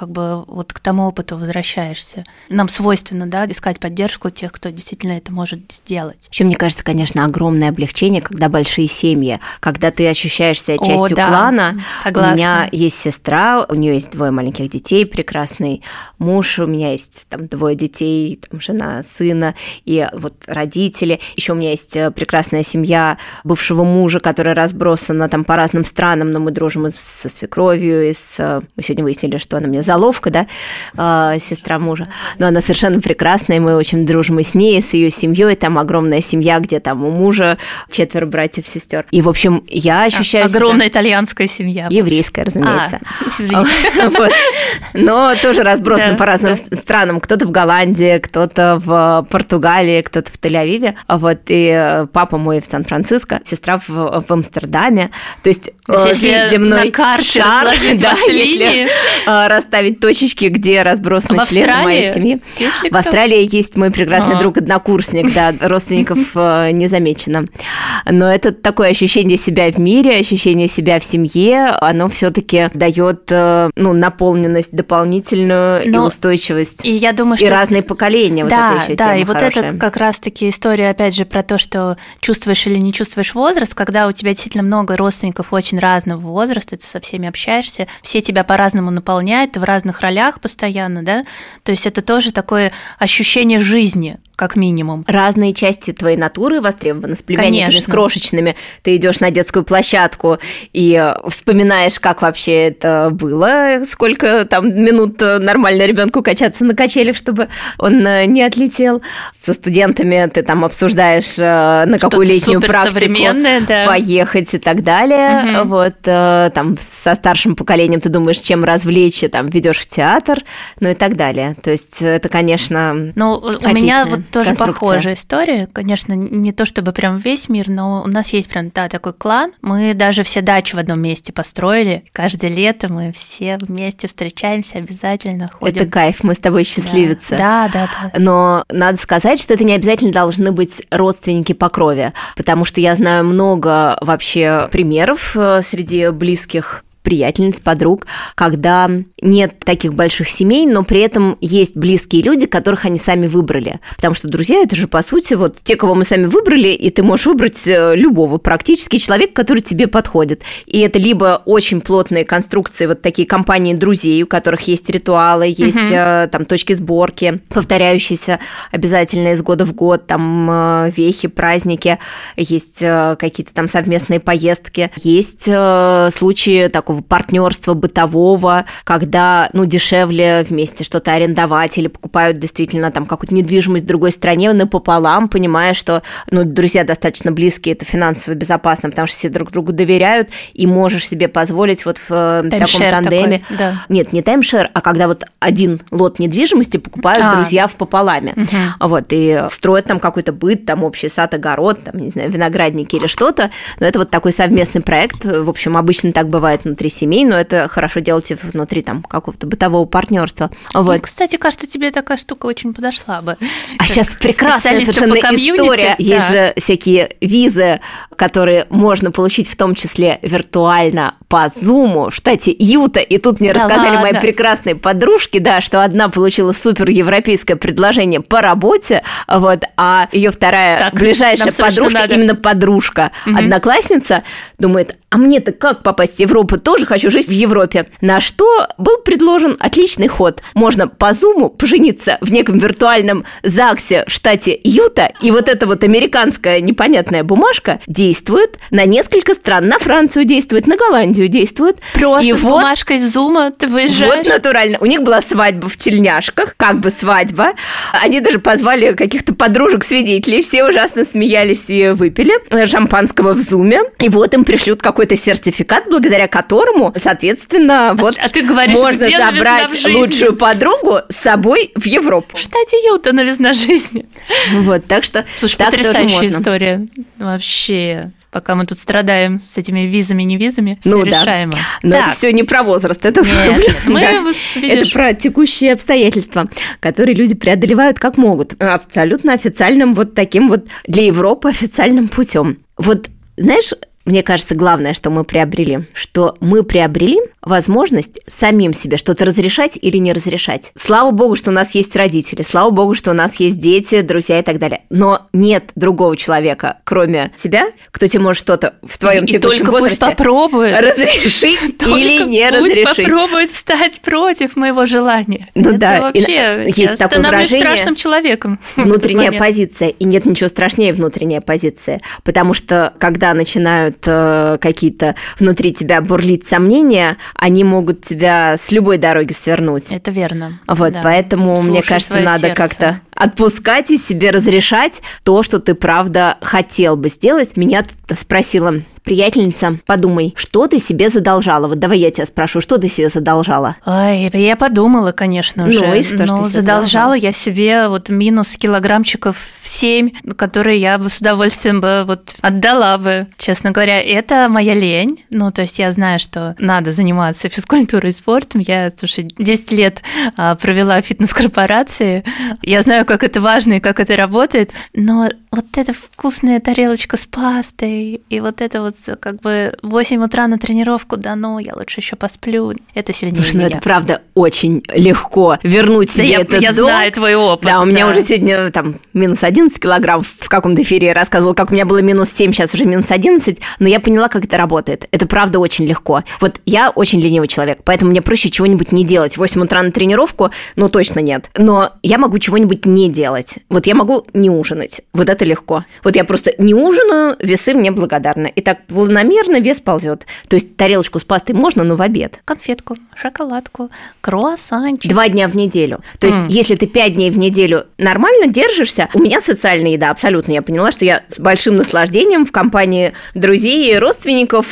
B: к тому опыту возвращаешься. Нам свойственно, искать поддержку тех, кто действительно это может сделать.
A: Еще, мне кажется, конечно, огромное облегчение, когда большие семьи, когда ты ощущаешь себя частью клана.
B: Согласна.
A: У меня есть сестра, у нее есть 2 маленьких детей, прекрасный муж, у меня есть 2 детей, жена, сына, и родители. Еще у меня есть прекрасная семья бывшего мужа, которая разбросана по разным странам, но мы дружим и со свекровью, мы сегодня выяснили, что она мне заловка, сестра мужа, но она совершенно прекрасная, и мы очень дружим и с ней, и с ее семьей, там огромная семья, где у мужа 4 братьев, сестер. И, в общем, я ощущаю
B: огромная итальянская семья. семья?
A: Еврейская, разумеется.
B: Извини.
A: Но тоже разбросаны по разным странам. Кто-то в Голландии, кто-то в Португалии, кто-то в Тель-Авиве. И папа мой в Сан-Франциско, сестра в Амстердаме. То есть весь земной шар, если расставить точечки, где разбросаны члены моей семьи. В Австралии есть мой прекрасный друг-однокурсник, да, родственников не замечено. Но это такое ощущение себя в мире, ощущение себя в семье, оно все-таки дает наполненность дополнительную и устойчивость.
B: И я думаю,
A: что и разные поколения.
B: Да,
A: вот это еще
B: да,
A: тема
B: и
A: хорошая.
B: Вот это как раз-таки история, опять же, про то, что чувствуешь или не чувствуешь возраст, когда у тебя действительно много родственников очень разного возраста, ты со всеми общаешься, все тебя по-разному наполняют, ты в разных ролях постоянно, да, то есть это тоже такое ощущение жизни, как минимум.
A: Разные части твоей натуры востребованы. С племянниками, с крошечными ты идешь на детскую площадку и вспоминаешь, как вообще это было, сколько там минут нормально ребенку качаться на качелях, чтобы он не отлетел. Со студентами ты там обсуждаешь, на какую летнюю практику поехать и так далее. Вот там со старшим поколением ты думаешь, чем развлечь, там ведешь в театр, ну и так далее. То есть это, конечно,
B: у меня вот тоже похожая история. Конечно, не то чтобы прям весь мир, но у нас есть прям такой клан. Мы даже все дачи в одном месте построили. Каждое лето мы все вместе встречаемся, обязательно ходим.
A: Это кайф, мы с тобой счастливицы.
B: Да.
A: Но надо сказать, что это не обязательно должны быть родственники по крови, потому что я знаю много вообще примеров среди близких приятельниц, подруг, когда нет таких больших семей, но при этом есть близкие люди, которых они сами выбрали. Потому что друзья – это же, по сути, вот те, кого мы сами выбрали, и ты можешь выбрать любого практически человека, который тебе подходит. И это либо очень плотные конструкции, вот такие компании друзей, у которых есть ритуалы, есть там точки сборки, повторяющиеся обязательно из года в год, там вехи, праздники, есть какие-то там совместные поездки, есть случаи такого партнерства бытового, когда, дешевле вместе что-то арендовать или покупают действительно там какую-то недвижимость в другой стране напополам, понимая, что, друзья достаточно близкие, это финансово безопасно, потому что все друг другу доверяют, и можешь себе позволить вот в таком тандеме.
B: Такой, да.
A: Нет, не таймшер, а когда вот один лот недвижимости покупают друзья в пополаме. Вот, и строят там какой-то быт, там общий сад, огород, там, не знаю, виноградники или что-то, но это вот такой совместный проект, в общем, обычно так бывает внутри семей, но это хорошо делать и внутри там какого-то бытового партнерства. Вот.
B: Кстати, кажется, тебе такая штука очень подошла бы.
A: А сейчас прекрасная совершенно история.
B: Да.
A: Есть же всякие визы, которые можно получить в том числе виртуально по Zoom в штате Юта. И тут мне рассказали мои прекрасные подружки, что одна получила супер европейское предложение по работе, вот, а ее вторая ближайшая подружка, именно подружка, одноклассница, думает, а мне-то как попасть в Европу? Тоже хочу жить в Европе. На что был предложен отличный ход. Можно по Zoom пожениться в неком виртуальном ЗАГСе в штате Юта, и вот эта вот американская непонятная бумажка действует на несколько стран. На Францию действует, на Голландию действует.
B: Просто
A: и
B: с бумажкой Zoom ты выезжаешь.
A: Вот натурально. У них была свадьба в тельняшках, как бы свадьба. Они даже позвали каких-то подружек-свидетелей. Все ужасно смеялись и выпили шампанского в Zoom. И вот им пришлют какой-то сертификат, благодаря которому, соответственно,
B: ты говоришь,
A: можно забрать лучшую подругу с собой в Европу.
B: В штате Юта новизна жизни.
A: Вот, так что
B: слушай,
A: так
B: потрясающая история. Вообще... Пока мы тут страдаем с этими визами, не визами, все решаемо.
A: Но это все не про возраст, это это про текущие обстоятельства, которые люди преодолевают как могут, абсолютно официальным вот таким вот для Европы официальным путем. Вот, знаешь, мне кажется, главное, что мы приобрели возможность самим себе что-то разрешать или не разрешать. Слава богу, что у нас есть родители, слава богу, что у нас есть дети, друзья и так далее. Но нет другого человека, кроме тебя, кто тебе может что-то в твоем текущем возрасте разрешить или не разрешить.
B: Пусть попробует встать против моего желания.
A: Вообще, есть такое выражение,
B: страшным человеком.
A: Внутренняя позиция. И нет ничего страшнее внутренняя позиция. Потому что, когда начинают какие-то внутри тебя бурлить сомнения, они могут тебя с любой дороги свернуть.
B: Это верно.
A: Вот, поэтому, мне кажется, надо как-то отпускать и себе разрешать то, что ты, правда, хотел бы сделать. Меня тут спросила приятельница, подумай, что ты себе задолжала? Вот давай я тебя спрошу, что ты себе задолжала?
B: Ой, я подумала, конечно, уже.
A: Ну и что ж ты
B: задолжала я себе вот минус килограммчиков 7, которые я бы с удовольствием бы вот отдала бы. Честно говоря, это моя лень. Ну, то есть я знаю, что надо заниматься физкультурой и спортом. Я, слушай, 10 лет провела в фитнес-корпорации. Я знаю, как это важно и как это работает. Но вот эта вкусная тарелочка с пастой и вот это вот как бы 8 утра на тренировку, да ну, я лучше еще посплю. Это сильнее меня.
A: Слушай, ну это правда очень легко вернуть себе этот долг.
B: Я знаю твой опыт.
A: Да, у меня уже сегодня там минус 11 килограмм в каком-то эфире я рассказывала, как у меня было минус 7, сейчас уже минус 11, но я поняла, как это работает. Это правда очень легко. Вот я очень ленивый человек, поэтому мне проще чего-нибудь не делать. В 8 утра на тренировку, ну точно нет. Но я могу чего-нибудь не делать. Вот я могу не ужинать. Вот это легко. Вот я просто не ужинаю, весы мне благодарны. И так планомерно вес ползет. То есть тарелочку с пастой можно, но в обед.
B: Конфетку, шоколадку, круассанчик.
A: 2 дня в неделю. То есть если ты 5 дней в неделю нормально держишься, у меня социальная еда абсолютно. Я поняла, что я с большим наслаждением в компании друзей и родственников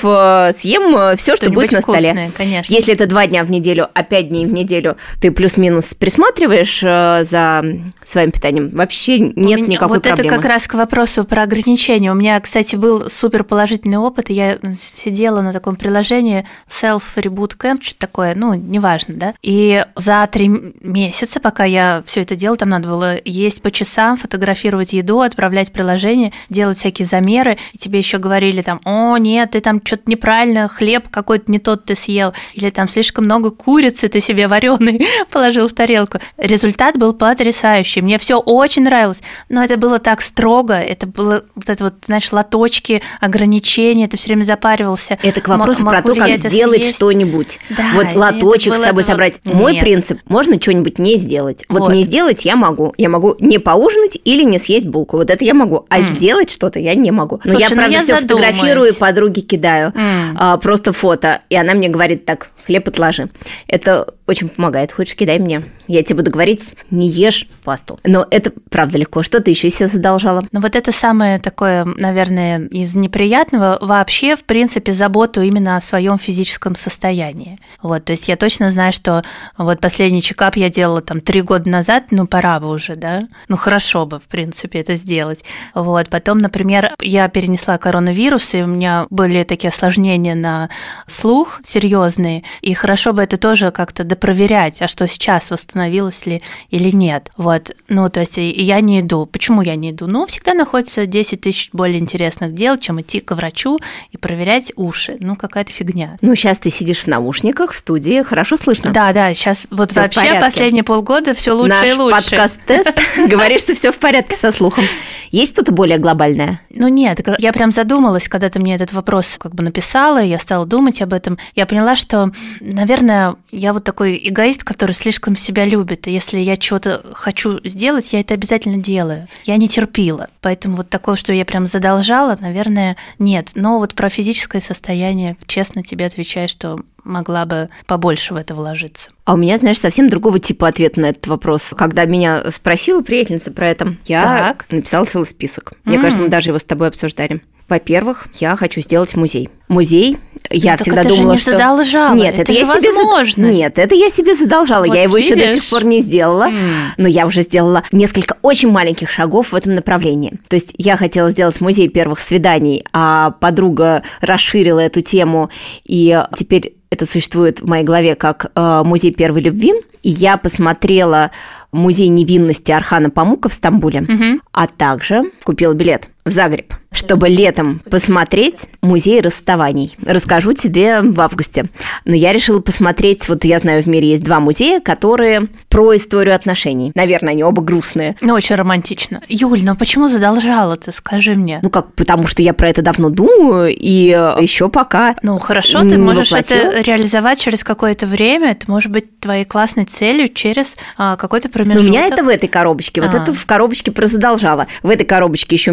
A: съем все, что будет на столе.
B: Вкусное, конечно.
A: Если это 2 дня в неделю, а 5 дней в неделю ты плюс-минус присматриваешь за своим питанием, вообще нет никакой проблемы.
B: Вот это как раз к вопросу про ограничения. У меня, кстати, был супер положительный опыт. Я сидела на таком приложении Self Reboot Camp, что-то такое, ну, неважно, да. И за 3 месяца, пока я все это делала, там надо было есть по часам, фотографировать еду, отправлять приложение, делать всякие замеры. И тебе еще говорили там: о, нет, ты там что-то неправильно, хлеб какой-то не тот ты съел, или там слишком много курицы ты себе вареной положил в тарелку. Результат был потрясающий. Мне все очень нравилось, но это было так строго, это было вот это вот, знаешь, лоточки, ограничения, ты все время запаривался.
A: Это к вопросу про то, как сделать что-нибудь. Да, вот лоточек с собой собрать. Мой принцип: можно что-нибудь не сделать. Вот не сделать я могу. Я могу не поужинать или не съесть булку. Вот это я могу. А сделать что-то я не могу. Но я, правда, все фотографирую, подруге кидаю. Просто фото. И она мне говорит: так, хлеб отложи. Это очень помогает. Хочешь, кидай мне. Я тебе буду говорить: не ешь пасту. Но это правда легко. Что ты еще себе задолжала?
B: Ну вот это самое такое, наверное, из неприятного. Вообще, в принципе, заботу именно о своем физическом состоянии. Вот, то есть я точно знаю, что вот последний чекап я делала там 3 года назад, ну пора бы уже, да? Ну хорошо бы, в принципе, это сделать. Вот, потом, например, я перенесла коронавирус, и у меня были такие осложнения на слух серьезные, и хорошо бы это тоже как-то допроверять, а что сейчас, восстановилось ли или нет. Вот, ну то есть я не иду. Почему я не иду? Ну, всегда находится 10 тысяч более интересных дел, чем идти к врачу и проверять уши. Ну, какая-то фигня.
A: Ну, сейчас ты сидишь в наушниках, в студии, хорошо слышно?
B: Да, сейчас вот всё вообще последние полгода все лучше и лучше.
A: Наш подкаст-тест говорит, что все в порядке со слухом. Есть что-то более глобальное?
B: Ну, нет, я прям задумалась, когда ты мне этот вопрос как бы написала, и я стала думать об этом. Я поняла, что, наверное, я вот такой эгоист, который слишком себя любит, и если я что-то хочу сделать, я это обязательно делаю. Я не терпила, поэтому вот такое, что я прям задолжала, наверное, нет. Но вот про физическое состояние, честно тебе отвечаю, что могла бы побольше в это вложиться.
A: А у меня, знаешь, совсем другого типа ответ на этот вопрос. Когда меня спросила приятельница про это, я написала целый список. Мне кажется, мы даже его с тобой обсуждали. Во-первых, я хочу сделать музей. Музей, я всегда думала, что...
B: Задолжала.
A: Нет, это я себе Нет, это я себе задолжала. Вот я его еще до сих пор не сделала, но я уже сделала несколько очень маленьких шагов в этом направлении. То есть я хотела сделать музей первых свиданий, а подруга расширила эту тему, и теперь это существует в моей голове как музей первой любви. И я посмотрела музей невинности Орхана Памука в Стамбуле, а также купила билет в Загреб, чтобы летом посмотреть музей расставаний. Расскажу тебе в августе. Но я решила посмотреть, вот я знаю, в мире есть 2 музея, которые про историю отношений. Наверное, они оба грустные.
B: Ну, очень романтично. Юль, ну почему задолжала ты, скажи мне?
A: Ну как, потому что я про это давно думаю, и еще пока
B: Ну, хорошо, ты можешь это реализовать через какое-то время, это может быть твоей классной целью через какой-то промежуток.
A: Но у меня это в этой коробочке, вот это в коробочке про задолжала. В этой коробочке еще у меня есть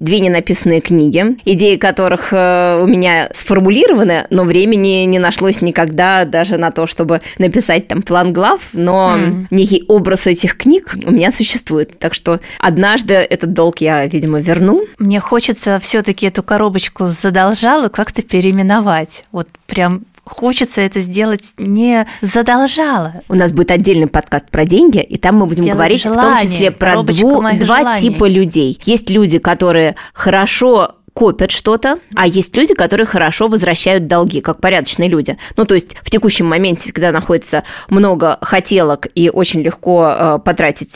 A: 2 ненаписанные книги, идеи которых у меня сформулированы, но времени не нашлось никогда даже на то, чтобы написать там план глав, но некий образ этих книг у меня существует. Так что однажды этот долг я, видимо, верну.
B: Мне хочется все-таки эту коробочку задолжала как-то переименовать. Вот прям хочется это сделать не задолжала.
A: У нас будет отдельный подкаст про деньги, и там мы будем говорить в том числе про два типа людей. Есть люди, которые хорошо копят что-то, а есть люди, которые хорошо возвращают долги, как порядочные люди. Ну, то есть в текущем моменте, когда находится много хотелок и очень легко потратить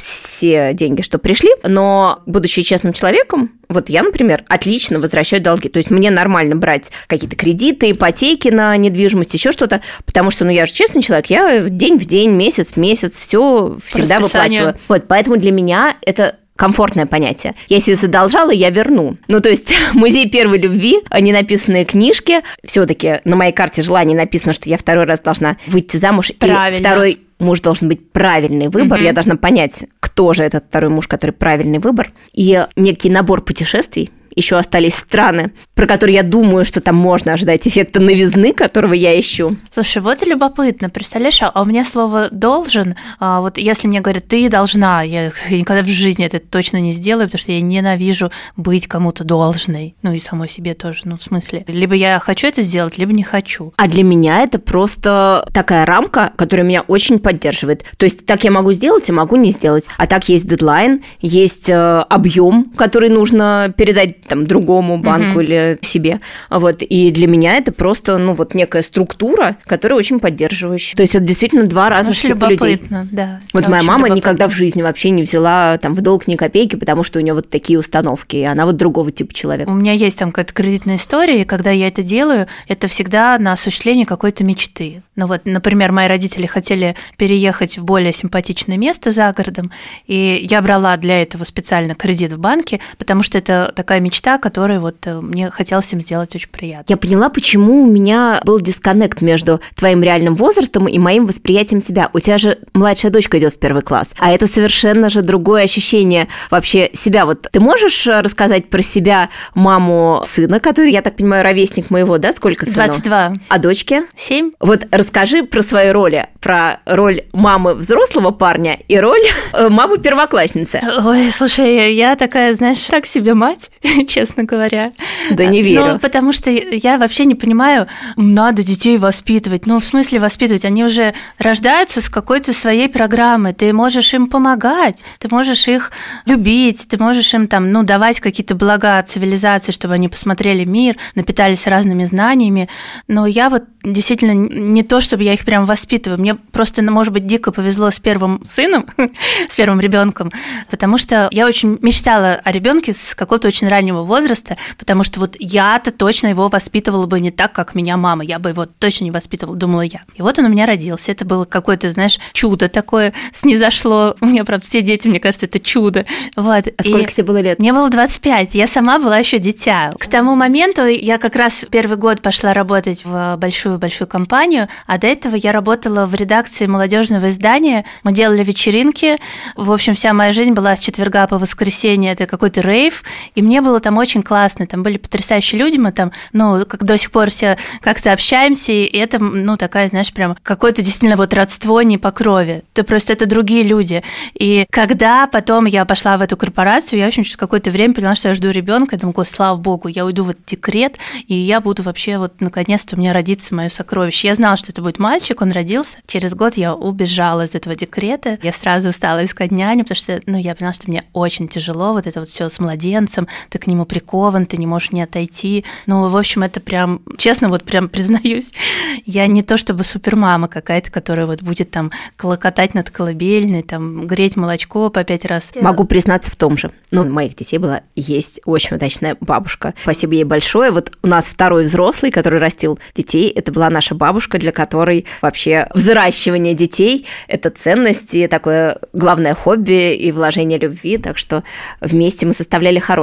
A: все деньги, что пришли, но, будучи честным человеком, вот я, например, отлично возвращаю долги. То есть мне нормально брать какие-то кредиты, ипотеки на недвижимость, еще что-то, потому что, я же честный человек, я день в день, месяц в месяц все всегда выплачиваю. Вот, поэтому для меня это комфортное понятие. Если задолжала, я верну. Ну, то есть музей первой любви, ненаписанные книжки. Все-таки на моей карте желаний написано, что я 2 раз должна выйти замуж. Правильно. И второй муж должен быть правильный выбор. Я должна понять, кто же этот второй муж, который правильный выбор. И некий набор путешествий. Еще остались страны, про которые я думаю, что там можно ожидать эффекта новизны, которого я ищу.
B: Слушай, вот и любопытно, представляешь, а у меня слово «должен», вот если мне говорят «ты должна», я никогда в жизни это точно не сделаю, потому что я ненавижу быть кому-то должной, и самой себе тоже, в смысле. Либо я хочу это сделать, либо не хочу.
A: А для меня это просто такая рамка, которая меня очень поддерживает. То есть так я могу сделать и могу не сделать. А так есть дедлайн, есть объем, который нужно передать другому банку или себе. Вот. И для меня это просто, некая структура, которая очень поддерживающая. То есть это действительно 2 разных типа людей.
B: Да.
A: Вот моя мама никогда в жизни вообще не взяла в долг ни копейки, потому что у нее вот такие установки, и она вот другого типа человека.
B: У меня есть какая-то кредитная история, и когда я это делаю, это всегда на осуществление какой-то мечты. Например, мои родители хотели переехать в более симпатичное место за городом, и я брала для этого специально кредит в банке, потому что это такая мечта, которую мне хотелось им сделать очень приятно.
A: Я поняла, почему у меня был дисконнект между твоим реальным возрастом и моим восприятием себя. У тебя же младшая дочка идет в 1 класс, а это совершенно же другое ощущение вообще себя. Вот ты можешь рассказать про себя маму сына, который, я так понимаю, ровесник моего, да? Сколько сыну?
B: 22.
A: А дочке?
B: 7.
A: Вот расскажи про свои роли, про роль мамы взрослого парня и роль мамы первоклассницы.
B: Ой, слушай, я такая, знаешь, так себе мать, честно говоря.
A: Да не верю.
B: Потому что я вообще не понимаю, надо детей воспитывать. В смысле воспитывать? Они уже рождаются с какой-то своей программой. Ты можешь им помогать, ты можешь их любить, ты можешь им давать какие-то блага цивилизации, чтобы они посмотрели мир, напитались разными знаниями. Но я действительно не то, чтобы я их прям воспитываю. Мне просто, может быть, дико повезло с первым сыном, с первым ребенком, потому что я очень мечтала о ребенке с какого-то очень раннего возраста, потому что я-то точно его воспитывала бы не так, как меня мама. Я бы его точно не воспитывала, думала я. И он у меня родился. Это было какое-то, знаешь, чудо такое снизошло. У меня, правда, все дети, мне кажется, это чудо.
A: А сколько тебе было лет?
B: Мне было 25. Я сама была еще дитя. К тому моменту я как раз 1 год пошла работать в большую компанию, а до этого я работала в редакции молодежного издания. Мы делали вечеринки. В общем, вся моя жизнь была с четверга по воскресенье. Это какой-то рейв. И мне было там очень классно. Там были потрясающие люди. Мы там, как до сих пор все как-то общаемся. И это, такая, знаешь, прям какое-то действительно родство не по крови. Это другие люди. И когда потом я пошла в эту корпорацию, я, в общем, через какое-то время поняла, что я жду ребенка. Я думаю, слава богу, я уйду в декрет, и я буду вообще наконец-то у меня родится мое сокровище. Я знала, что это будет мальчик, он родился. Через год я убежала из этого декрета. Я сразу стала искать няню, потому что, я поняла, что мне очень тяжело, это все с младенцем, ты к нему прикован, ты не можешь не отойти. В общем, это прям, честно, прям признаюсь, я не то чтобы супермама какая-то, которая будет клокотать над колыбельной, греть молочко по 5 раз.
A: Могу признаться в том же. У моих детей есть очень удачная бабушка. Спасибо ей большое. У нас второй взрослый, который растил детей, это была наша бабушка, для которой вообще взращивание детей – это ценность и такое главное хобби и вложение любви. Так что вместе мы составляли хорошую комбинацию.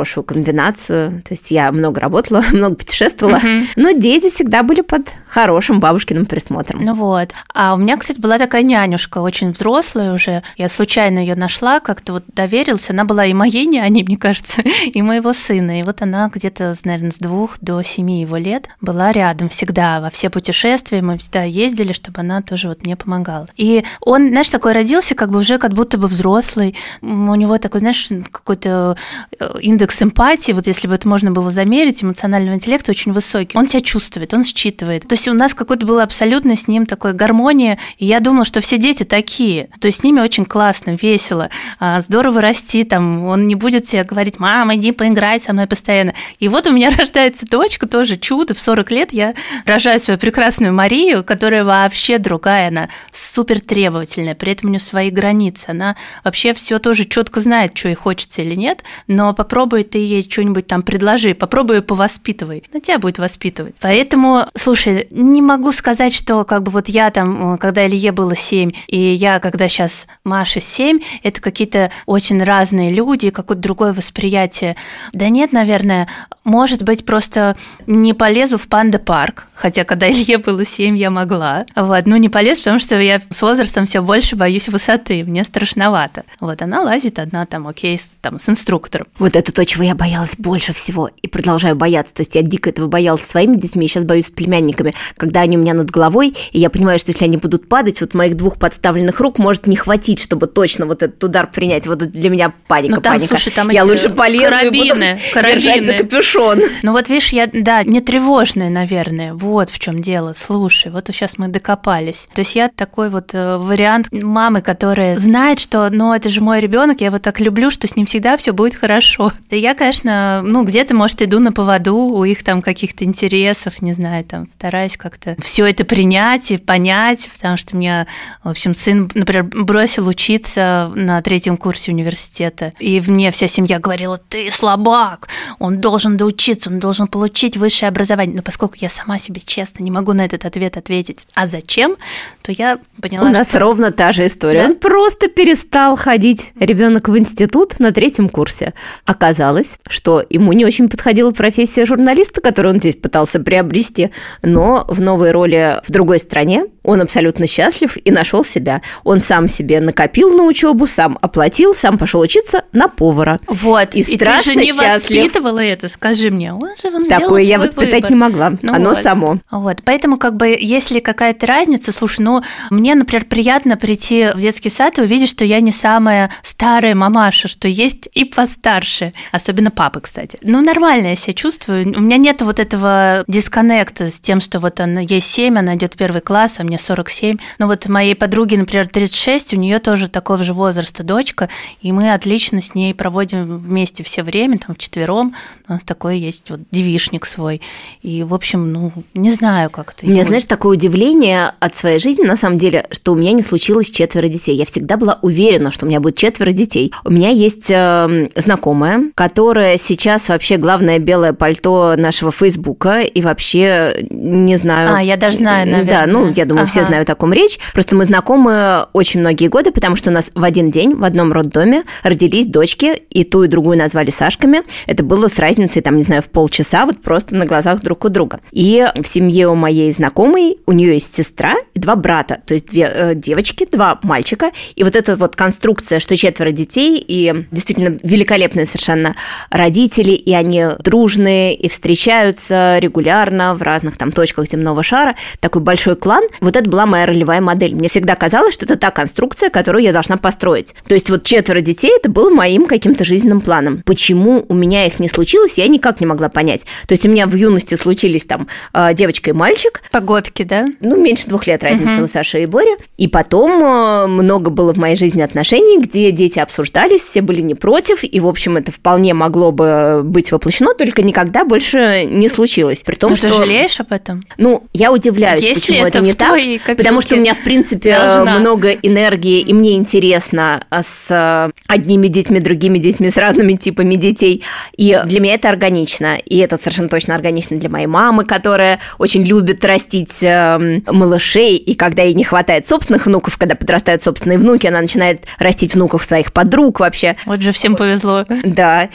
A: комбинацию. То есть я много работала, много путешествовала, но дети всегда были под хорошим бабушкиным присмотром.
B: Ну вот. А у меня, кстати, была такая нянюшка, очень взрослая уже. Я случайно ее нашла, как-то вот доверилась. Она была и моей няней, мне кажется, и моего сына. И вот она где-то, наверное, с 2 до 7 его лет была рядом всегда. Во все путешествия мы всегда ездили, чтобы она тоже вот мне помогала. И он, знаешь, такой родился как бы уже как будто бы взрослый. У него такой, знаешь, какой-то индекс эмпатии, вот если бы это можно было замерить, эмоционального интеллекта очень высокий. Он себя чувствует, он считывает. То есть у нас какой-то было абсолютно с ним такой гармония, и я думала, что все дети такие. То есть с ними очень классно, весело, здорово расти, там, он не будет тебе говорить: мама, иди поиграй со мной постоянно. И вот у меня рождается дочка, тоже чудо, в 40 лет я рожаю свою прекрасную Марию, которая вообще другая, она супер требовательная, при этом у нее свои границы, она вообще все тоже четко знает, что ей хочется или нет, но попробуй ты ей что-нибудь там предложи, попробуй ее повоспитывай, она тебя будет воспитывать. Поэтому, слушай, не могу сказать, что как бы вот я там, когда Илье было 7, и я, когда сейчас Маше 7, это какие-то очень разные люди, какое-то другое восприятие. Да нет, наверное, может быть, просто не полезу в панда-парк, хотя когда Илье было 7, я могла. Вот, ну не полезу, потому что я с возрастом все больше боюсь высоты, мне страшновато. Вот, она лазит одна там, окей, с инструктором.
A: Вот это то, чего я боялась больше всего, и продолжаю бояться. То есть я дико этого боялась своими детьми, сейчас боюсь с племянниками, когда они у меня над головой, и я понимаю, что если они будут падать, вот моих 2 подставленных рук может не хватить, чтобы точно вот этот удар принять. Вот для меня паника.
B: Слушай, там
A: я лучше полезу
B: карабины,
A: и буду держать за капюшон.
B: Ну вот видишь, не тревожная, наверное, вот в чем дело. Слушай, вот сейчас мы докопались. То есть я такой вот вариант мамы, которая знает, что, это же мой ребенок, я его так люблю, что с ним всегда все будет хорошо. Да я, конечно, где-то, может, иду на поводу у их там каких-то интересов, не знаю, там стараюсь как-то все это принять и понять, потому что у меня, в общем, сын, например, бросил учиться на 3-м курсе университета, и мне вся семья говорила: ты слабак, он должен доучиться, он должен получить высшее образование. Но поскольку я сама себе честно не могу на этот ответ ответить, а зачем, то я поняла,
A: у нас ровно та же история. Да? Он просто перестал ходить, ребенок, в институт на 3-м курсе. Оказалось, что ему не очень подходила профессия журналиста, которую он здесь пытался приобрести, но в новой роли в другой стране он абсолютно счастлив и нашел себя. Он сам себе накопил на учебу, сам оплатил, сам пошел учиться на повара.
B: Вот, и
A: страшно
B: ты же не
A: счастлив.
B: Воспитывала это, скажи мне. Он
A: такое я воспитать
B: выбор.
A: Не могла, оно само.
B: Вот, поэтому если какая-то разница, слушай, мне, например, приятно прийти в детский сад и увидеть, что я не самая старая мамаша, что есть и постарше, особенно папы, кстати. Нормально я себя чувствую, у меня нет вот этого дисконнекта с тем, что вот ей 7, она идет в 1 класс, а мне 47. Вот моей подруге, например, 36, у нее тоже такого же возраста дочка, и мы отлично с ней проводим вместе все время, там, вчетвером. У нас такой есть вот девичник свой. И, в общем, не знаю, как это.
A: У меня, знаешь, такое удивление от своей жизни, на самом деле, что у меня не случилось 4 детей. Я всегда была уверена, что у меня будет 4 детей. У меня есть знакомая, которая сейчас вообще главное белое пальто нашего Фейсбука, и вообще, не знаю...
B: я даже знаю, наверное.
A: Да, я думаю, все знают, о ком речь. Просто мы знакомы очень многие годы, потому что у нас в один день в одном роддоме родились дочки, и ту, и другую назвали Сашками. Это было с разницей, там, не знаю, в полчаса, вот просто на глазах друг у друга. И в семье у моей знакомой, у нее есть сестра и 2 брата, то есть 2 девочки, 2 мальчика. И вот эта вот конструкция, что 4 детей, и действительно великолепные совершенно родители, и они дружные, и встречаются регулярно в разных там точках земного шара, такой большой клан. Вот это была моя ролевая модель. Мне всегда казалось, что это та конструкция, которую я должна построить. То есть вот 4 детей, это было моим каким-то жизненным планом. Почему у меня их не случилось, я никак не могла понять. То есть у меня в юности случились там девочка и мальчик.
B: Погодки, да?
A: Меньше 2 лет разница у Саши и Бори. И потом много было в моей жизни отношений, где дети обсуждались, все были не против, и, в общем, это вполне могло бы быть воплощено, только никогда больше не случилось. При том,
B: что... ты жалеешь об этом?
A: Я удивляюсь,
B: если
A: почему это не так, потому что у меня, в принципе, много энергии, и мне интересно с одними детьми, другими детьми, с разными типами детей, и для меня это органично, и это совершенно точно органично для моей мамы, которая очень любит растить малышей, и когда ей не хватает собственных внуков, когда подрастают собственные внуки, она начинает растить внуков своих подруг вообще.
B: Вот же всем повезло.
A: Да, есть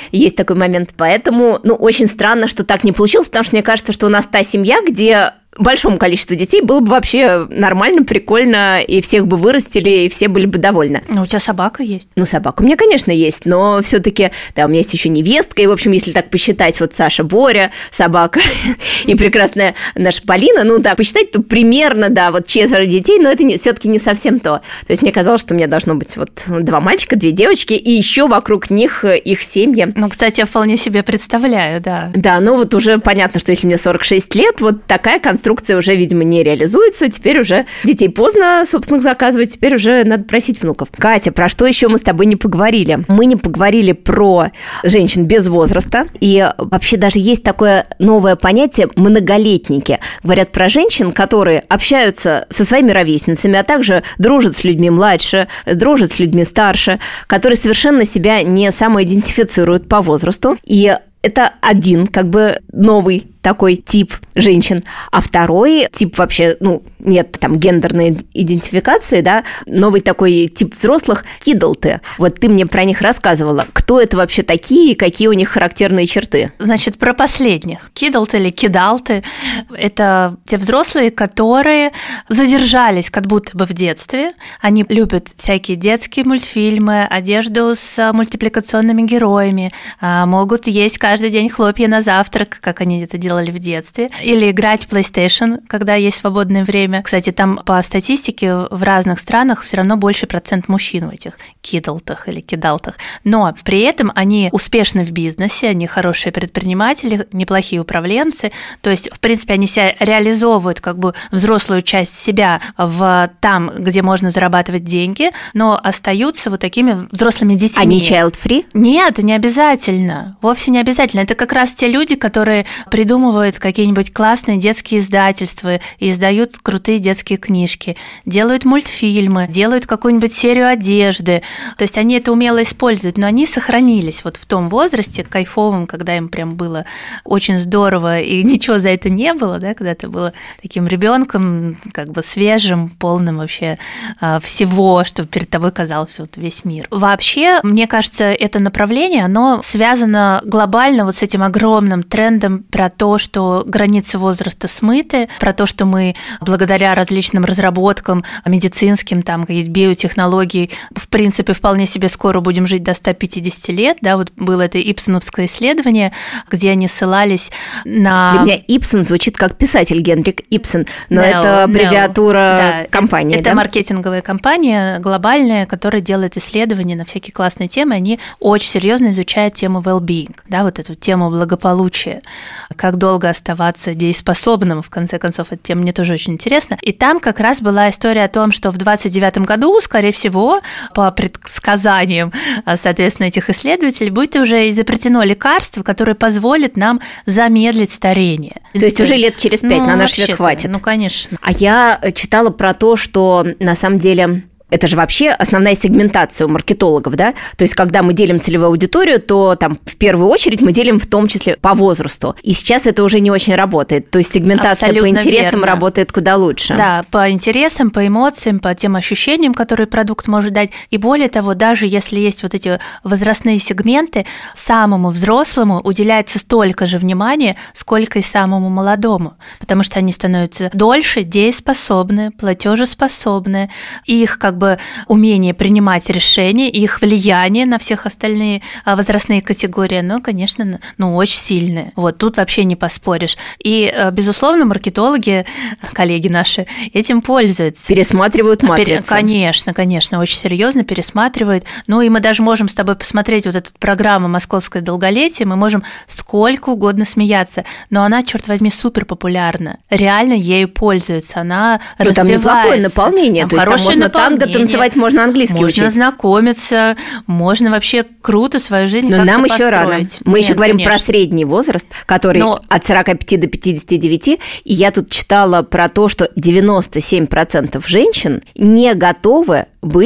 A: такой момент. Поэтому, очень странно, что так не получилось, потому что мне кажется, что у нас та семья, где большому количеству детей было бы вообще нормально, прикольно, и всех бы вырастили, и все были бы довольны.
B: У тебя собака есть?
A: Собака у меня, конечно, есть, но все-таки, да, у меня есть еще невестка, и, в общем, если так посчитать, вот Саша, Боря, собака и прекрасная наша Полина, посчитать, то примерно, да, вот 4 детей, но это все-таки не совсем то. То есть мне казалось, что у меня должно быть вот 2 мальчика, 2 девочки, и еще вокруг них их семьи.
B: Кстати, я вполне себе представляю, да.
A: Да, вот уже понятно, что если мне 46 лет, вот такая конструкция уже, видимо, не реализуется. Теперь уже детей поздно собственных заказывать, теперь уже надо просить внуков. Катя, про что еще мы с тобой не поговорили? Мы не поговорили про женщин без возраста. И вообще даже есть такое новое понятие многолетники. Говорят про женщин, которые общаются со своими ровесницами, а также дружат с людьми младше, дружат с людьми старше, которые совершенно себя не самоидентифицируют по возрасту. И это один, новый такой тип женщин. А второй тип вообще, нет там гендерной идентификации, да, новый такой тип взрослых – кидалты. Вот ты мне про них рассказывала. Кто это вообще такие, какие у них характерные черты?
B: Значит, про последних. Кидалты или кидалты – это те взрослые, которые задержались как будто бы в детстве. Они любят всякие детские мультфильмы, одежду с мультипликационными героями, могут есть каждый день хлопья на завтрак, как они это делали в детстве, или играть в PlayStation, когда есть свободное время. Кстати, там по статистике в разных странах все равно больше процент мужчин в этих кидалтах или кидалтах. Но при этом они успешны в бизнесе, они хорошие предприниматели, неплохие управленцы. То есть, в принципе, они себя реализовывают взрослую часть себя там, где можно зарабатывать деньги, но остаются вот такими взрослыми детьми.
A: Они child-free?
B: Нет, не обязательно. Вовсе не обязательно. Это как раз те люди, которые придумывают какие-нибудь классные детские издательства и издают крутые детские книжки, делают мультфильмы, делают какую-нибудь серию одежды. То есть они это умело используют, но они сохранились вот в том возрасте кайфовом, когда им прям было очень здорово и ничего за это не было, да, когда ты была таким ребенком, свежим, полным вообще всего, что перед тобой казалось весь мир. Вообще, мне кажется, это направление, оно связано глобально вот с этим огромным трендом про то, что границы возраста смыты, про то, что мы благодаря различным разработкам медицинским, биотехнологий, в принципе, вполне себе скоро будем жить до 150 лет. Да, вот было это ипсоновское исследование, где они ссылались на...
A: Для меня Ипсон звучит как писатель Генрик Ипсон, но это аббревиатура компании.
B: Это маркетинговая компания глобальная, которая делает исследования на всякие классные темы. Они очень серьезно изучают тему well-being, да, вот эту тему благополучия. Как долго оставаться дееспособным, в конце концов, эта тема мне тоже очень интересна. И там как раз была история о том, что в 29 году, скорее всего, по предсказаниям, соответственно, этих исследователей, будет уже изобретено лекарство, которое позволит нам замедлить старение.
A: То есть уже лет через 5 на наш век хватит?
B: Конечно.
A: А я читала про то, что на самом деле... Это же вообще основная сегментация у маркетологов, да? То есть, когда мы делим целевую аудиторию, то там в первую очередь мы делим в том числе по возрасту. И сейчас это уже не очень работает. То есть, сегментация абсолютно по интересам верно. Работает куда лучше.
B: Да, по интересам, по эмоциям, по тем ощущениям, которые продукт может дать. И более того, даже если есть вот эти возрастные сегменты, самому взрослому уделяется столько же внимания, сколько и самому молодому. Потому что они становятся дольше дееспособны, платежеспособны. Их умение принимать решения, их влияние на всех остальные возрастные категории, конечно, очень сильное. Вот тут вообще не поспоришь. И, безусловно, маркетологи, коллеги наши, этим пользуются.
A: Пересматривают матрицу.
B: Конечно, очень серьезно пересматривают. И мы даже можем с тобой посмотреть вот эту программу «Московское долголетие», мы можем сколько угодно смеяться, но она, черт возьми, супер популярна. Реально ею пользуются, она развивается.
A: Там неплохое наполнение, то есть там можно танго танцевать, можно английский учить.
B: Можно знакомиться, можно вообще круто свою жизнь как-то
A: нам
B: построить.
A: Еще рано. Мы еще говорим про средний возраст, который от 45 до 59, и я тут читала про то, что 97% женщин не готовы быть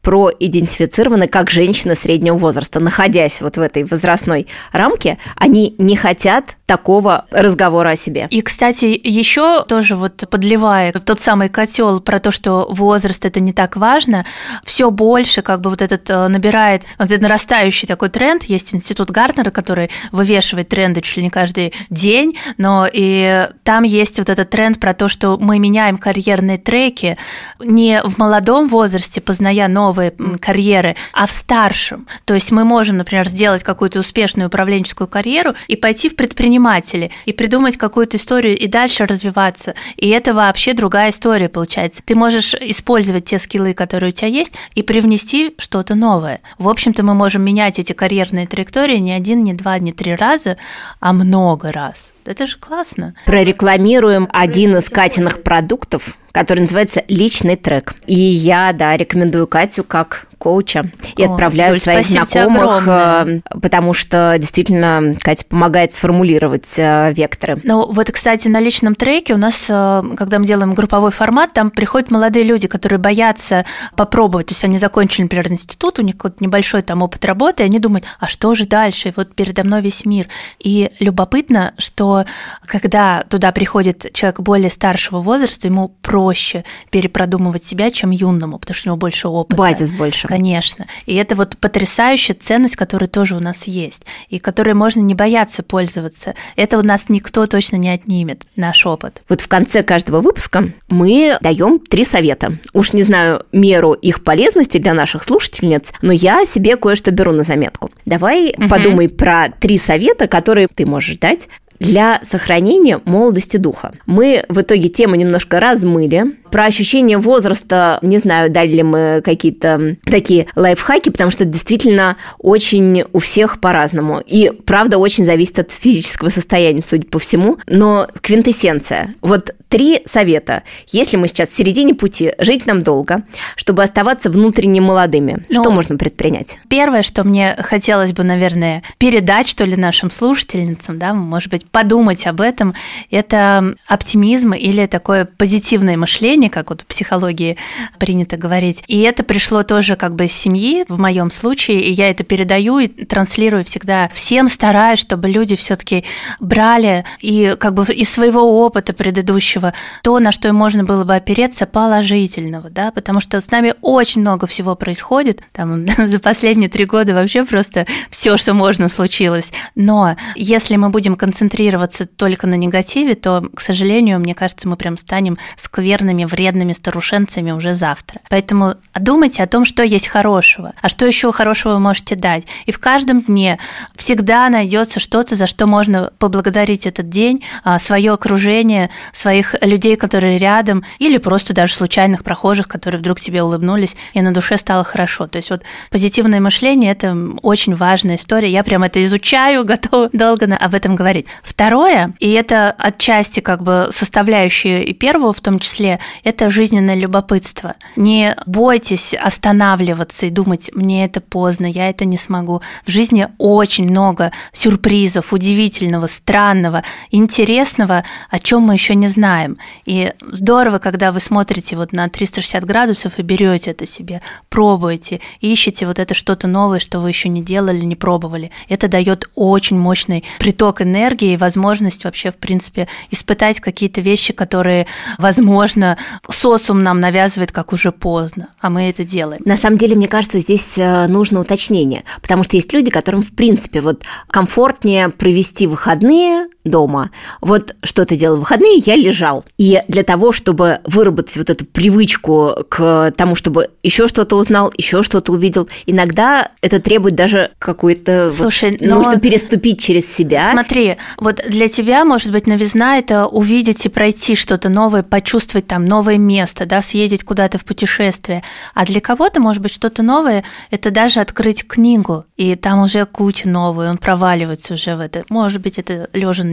A: проидентифицированы как женщины среднего возраста. Находясь вот в этой возрастной рамке, они не хотят такого разговора о себе.
B: И, кстати, еще тоже вот подливая в тот самый котел про то, что возраст это не так важно, все больше как бы вот этот набирает вот этот нарастающий такой тренд. Есть институт Гартнера, который вывешивает тренды чуть ли не каждый день, но и там есть вот этот тренд про то, что мы меняем карьерные треки не в молодом возрасте, позная новые карьеры, а в старшем. То есть мы можем, например, сделать какую-то успешную управленческую карьеру и пойти в предприниматели, и придумать какую-то историю и дальше развиваться. И это вообще другая история получается. Ты можешь использовать те скиллы, которые у тебя есть, и привнести что-то новое. В общем-то, мы можем менять эти карьерные траектории не 1, не 2, не 3 раза, а много раз. Это же классно.
A: Прорекламируем один из Катиных продуктов, который называется «Личный трек». И я, рекомендую Катю как коуча и отправляю
B: Юль,
A: своих знакомых, потому что действительно Катя помогает сформулировать векторы.
B: Ну вот, кстати, на личном треке у нас, когда мы делаем групповой формат, там приходят молодые люди, которые боятся попробовать. То есть они закончили, например, институт, у них какой-то небольшой там опыт работы, и они думают, а что же дальше? И вот передо мной весь мир. И любопытно, что когда туда приходит человек более старшего возраста, ему проще перепродумывать себя, чем юному, потому что у него больше опыта.
A: Базис больше.
B: Конечно. И это вот потрясающая ценность, которая тоже у нас есть, и которой можно не бояться пользоваться. Это у нас никто точно не отнимет, наш опыт.
A: Вот в конце каждого выпуска мы даем 3 совета. Уж не знаю меру их полезности для наших слушательниц, но я себе кое-что беру на заметку. Давай подумай про 3 совета, которые ты можешь дать для сохранения молодости духа. Мы в итоге тему немножко размыли. Про ощущение возраста, не знаю, дали ли мы какие-то такие лайфхаки, потому что действительно очень у всех по-разному. И, правда, очень зависит от физического состояния, судя по всему. Но квинтэссенция. Вот 3 совета. Если мы сейчас в середине пути, жить нам долго, чтобы оставаться внутренне молодыми, что можно предпринять?
B: Первое, что мне хотелось бы, наверное, передать, что ли, нашим слушательницам, может быть, подумать об этом, это оптимизм или такое позитивное мышление, как вот в психологии принято говорить. И это пришло тоже как бы из семьи, в моем случае, и я это передаю и транслирую всегда всем, стараюсь, чтобы люди все-таки брали и как бы из своего опыта предыдущего то, на что им можно было бы опереться, положительного, потому что с нами очень много всего происходит, там за последние 3 года вообще просто все, что можно, случилось. Но если мы будем концентрироваться только на негативе, то, к сожалению, мне кажется, мы прям станем скверными, вредными старушенцами уже завтра. Поэтому думайте о том, что есть хорошего, а что еще хорошего вы можете дать. И в каждом дне всегда найдется что-то, за что можно поблагодарить этот день, свое окружение, своих людей, которые рядом, или просто даже случайных прохожих, которые вдруг тебе улыбнулись, и на душе стало хорошо. То есть вот позитивное мышление – это очень важная история. Я прям это изучаю, готова долго об этом говорить. Второе, и это отчасти как бы составляющая и первого в том числе, это жизненное любопытство. Не бойтесь останавливаться и думать, мне это поздно, я это не смогу. В жизни очень много сюрпризов, удивительного, странного, интересного, о чем мы еще не знаем. И здорово, когда вы смотрите вот на 360 градусов и берете это себе, пробуете, ищете вот это что-то новое, что вы еще не делали, не пробовали. Это дает очень мощный приток энергии и возможность вообще, в принципе, испытать какие-то вещи, которые, возможно, социум нам навязывает, как уже поздно, а мы это делаем.
A: На самом деле, мне кажется, здесь нужно уточнение, потому что есть люди, которым, в принципе, вот комфортнее провести выходные дома. Вот что ты делал в выходные, я лежал. И для того, чтобы выработать вот эту привычку к тому, чтобы еще что-то узнал, еще что-то увидел, иногда это требует даже какой-то...
B: Слушай,
A: нужно переступить через себя.
B: Смотри, вот для тебя, может быть, новизна – это увидеть и пройти что-то новое, почувствовать там новое место, съездить куда-то в путешествие. А для кого-то, может быть, что-то новое – это даже открыть книгу, и там уже куча новая, он проваливается уже в это. Может быть, это лежа на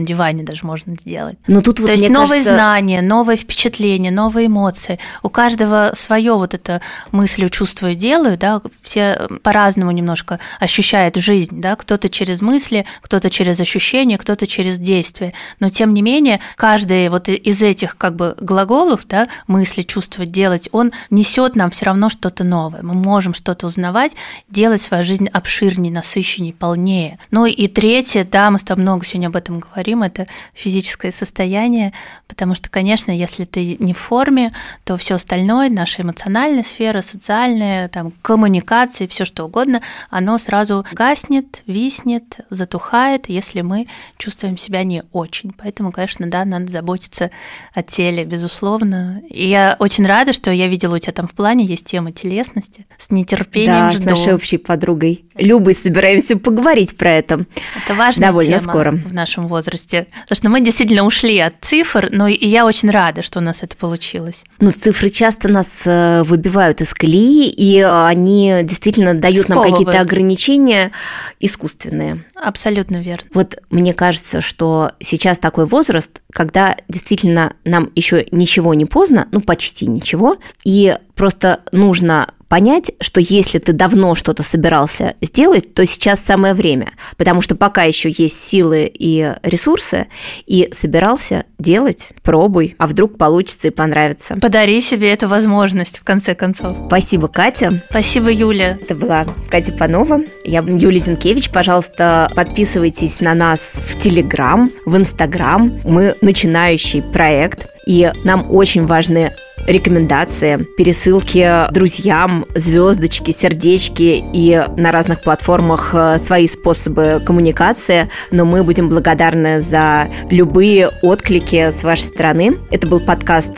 B: на диване даже можно сделать.
A: Но тут вот,
B: то есть новые
A: кажется...
B: знания, новые впечатления, новые эмоции. У каждого свое вот это мыслью, чувствую, делаю, да, все по-разному немножко ощущают жизнь, да, кто-то через мысли, кто-то через ощущения, кто-то через действия. Но тем не менее, каждый вот из этих как бы глаголов, да, мысли, чувствовать, делать, он несет нам все равно что-то новое. Мы можем что-то узнавать, делать свою жизнь обширнее, насыщеннее, полнее. Ну и третье, да, мы с тобой много сегодня об этом говорим, это физическое состояние, потому что, конечно, если ты не в форме, то все остальное, наша эмоциональная сфера, социальная, там, коммуникации, все что угодно, оно сразу гаснет, виснет, затухает, если мы чувствуем себя не очень. Поэтому, конечно, да, надо заботиться о теле, безусловно. И я очень рада, что я видела у тебя там в плане есть тема телесности. С нетерпением жду.
A: Да, с нашей общей подругой Любой собираемся поговорить про это.
B: Это важная
A: довольно
B: тема
A: скоро.
B: В нашем возрасте. Потому что мы действительно ушли от цифр, но и я очень рада, что у нас это получилось.
A: Ну, цифры часто нас выбивают из колеи, и они действительно дают нам какие-то ограничения искусственные.
B: Абсолютно верно.
A: Вот мне кажется, что сейчас такой возраст, когда действительно нам еще ничего не поздно, ну, почти ничего, и просто нужно понять, что если ты давно что-то собирался сделать, то сейчас самое время, потому что пока еще есть силы и ресурсы, и собирался делать, пробуй, а вдруг получится и понравится.
B: Подари себе эту возможность, в конце концов.
A: Спасибо, Катя.
B: Спасибо, Юля.
A: Это была Катя Панова. Я Юлия Зинкевич. Пожалуйста, подписывайтесь на нас в Телеграм, в Инстаграм. Мы начинающий проект, и нам очень важны рекомендации, пересылки друзьям, звездочки, сердечки и на разных платформах свои способы коммуникации. Но мы будем благодарны за любые отклики с вашей стороны. Это был подкаст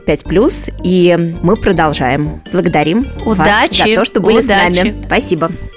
A: 45+, и мы продолжаем. Благодарим
B: Удачи,
A: вас за то, что были с нами. Спасибо.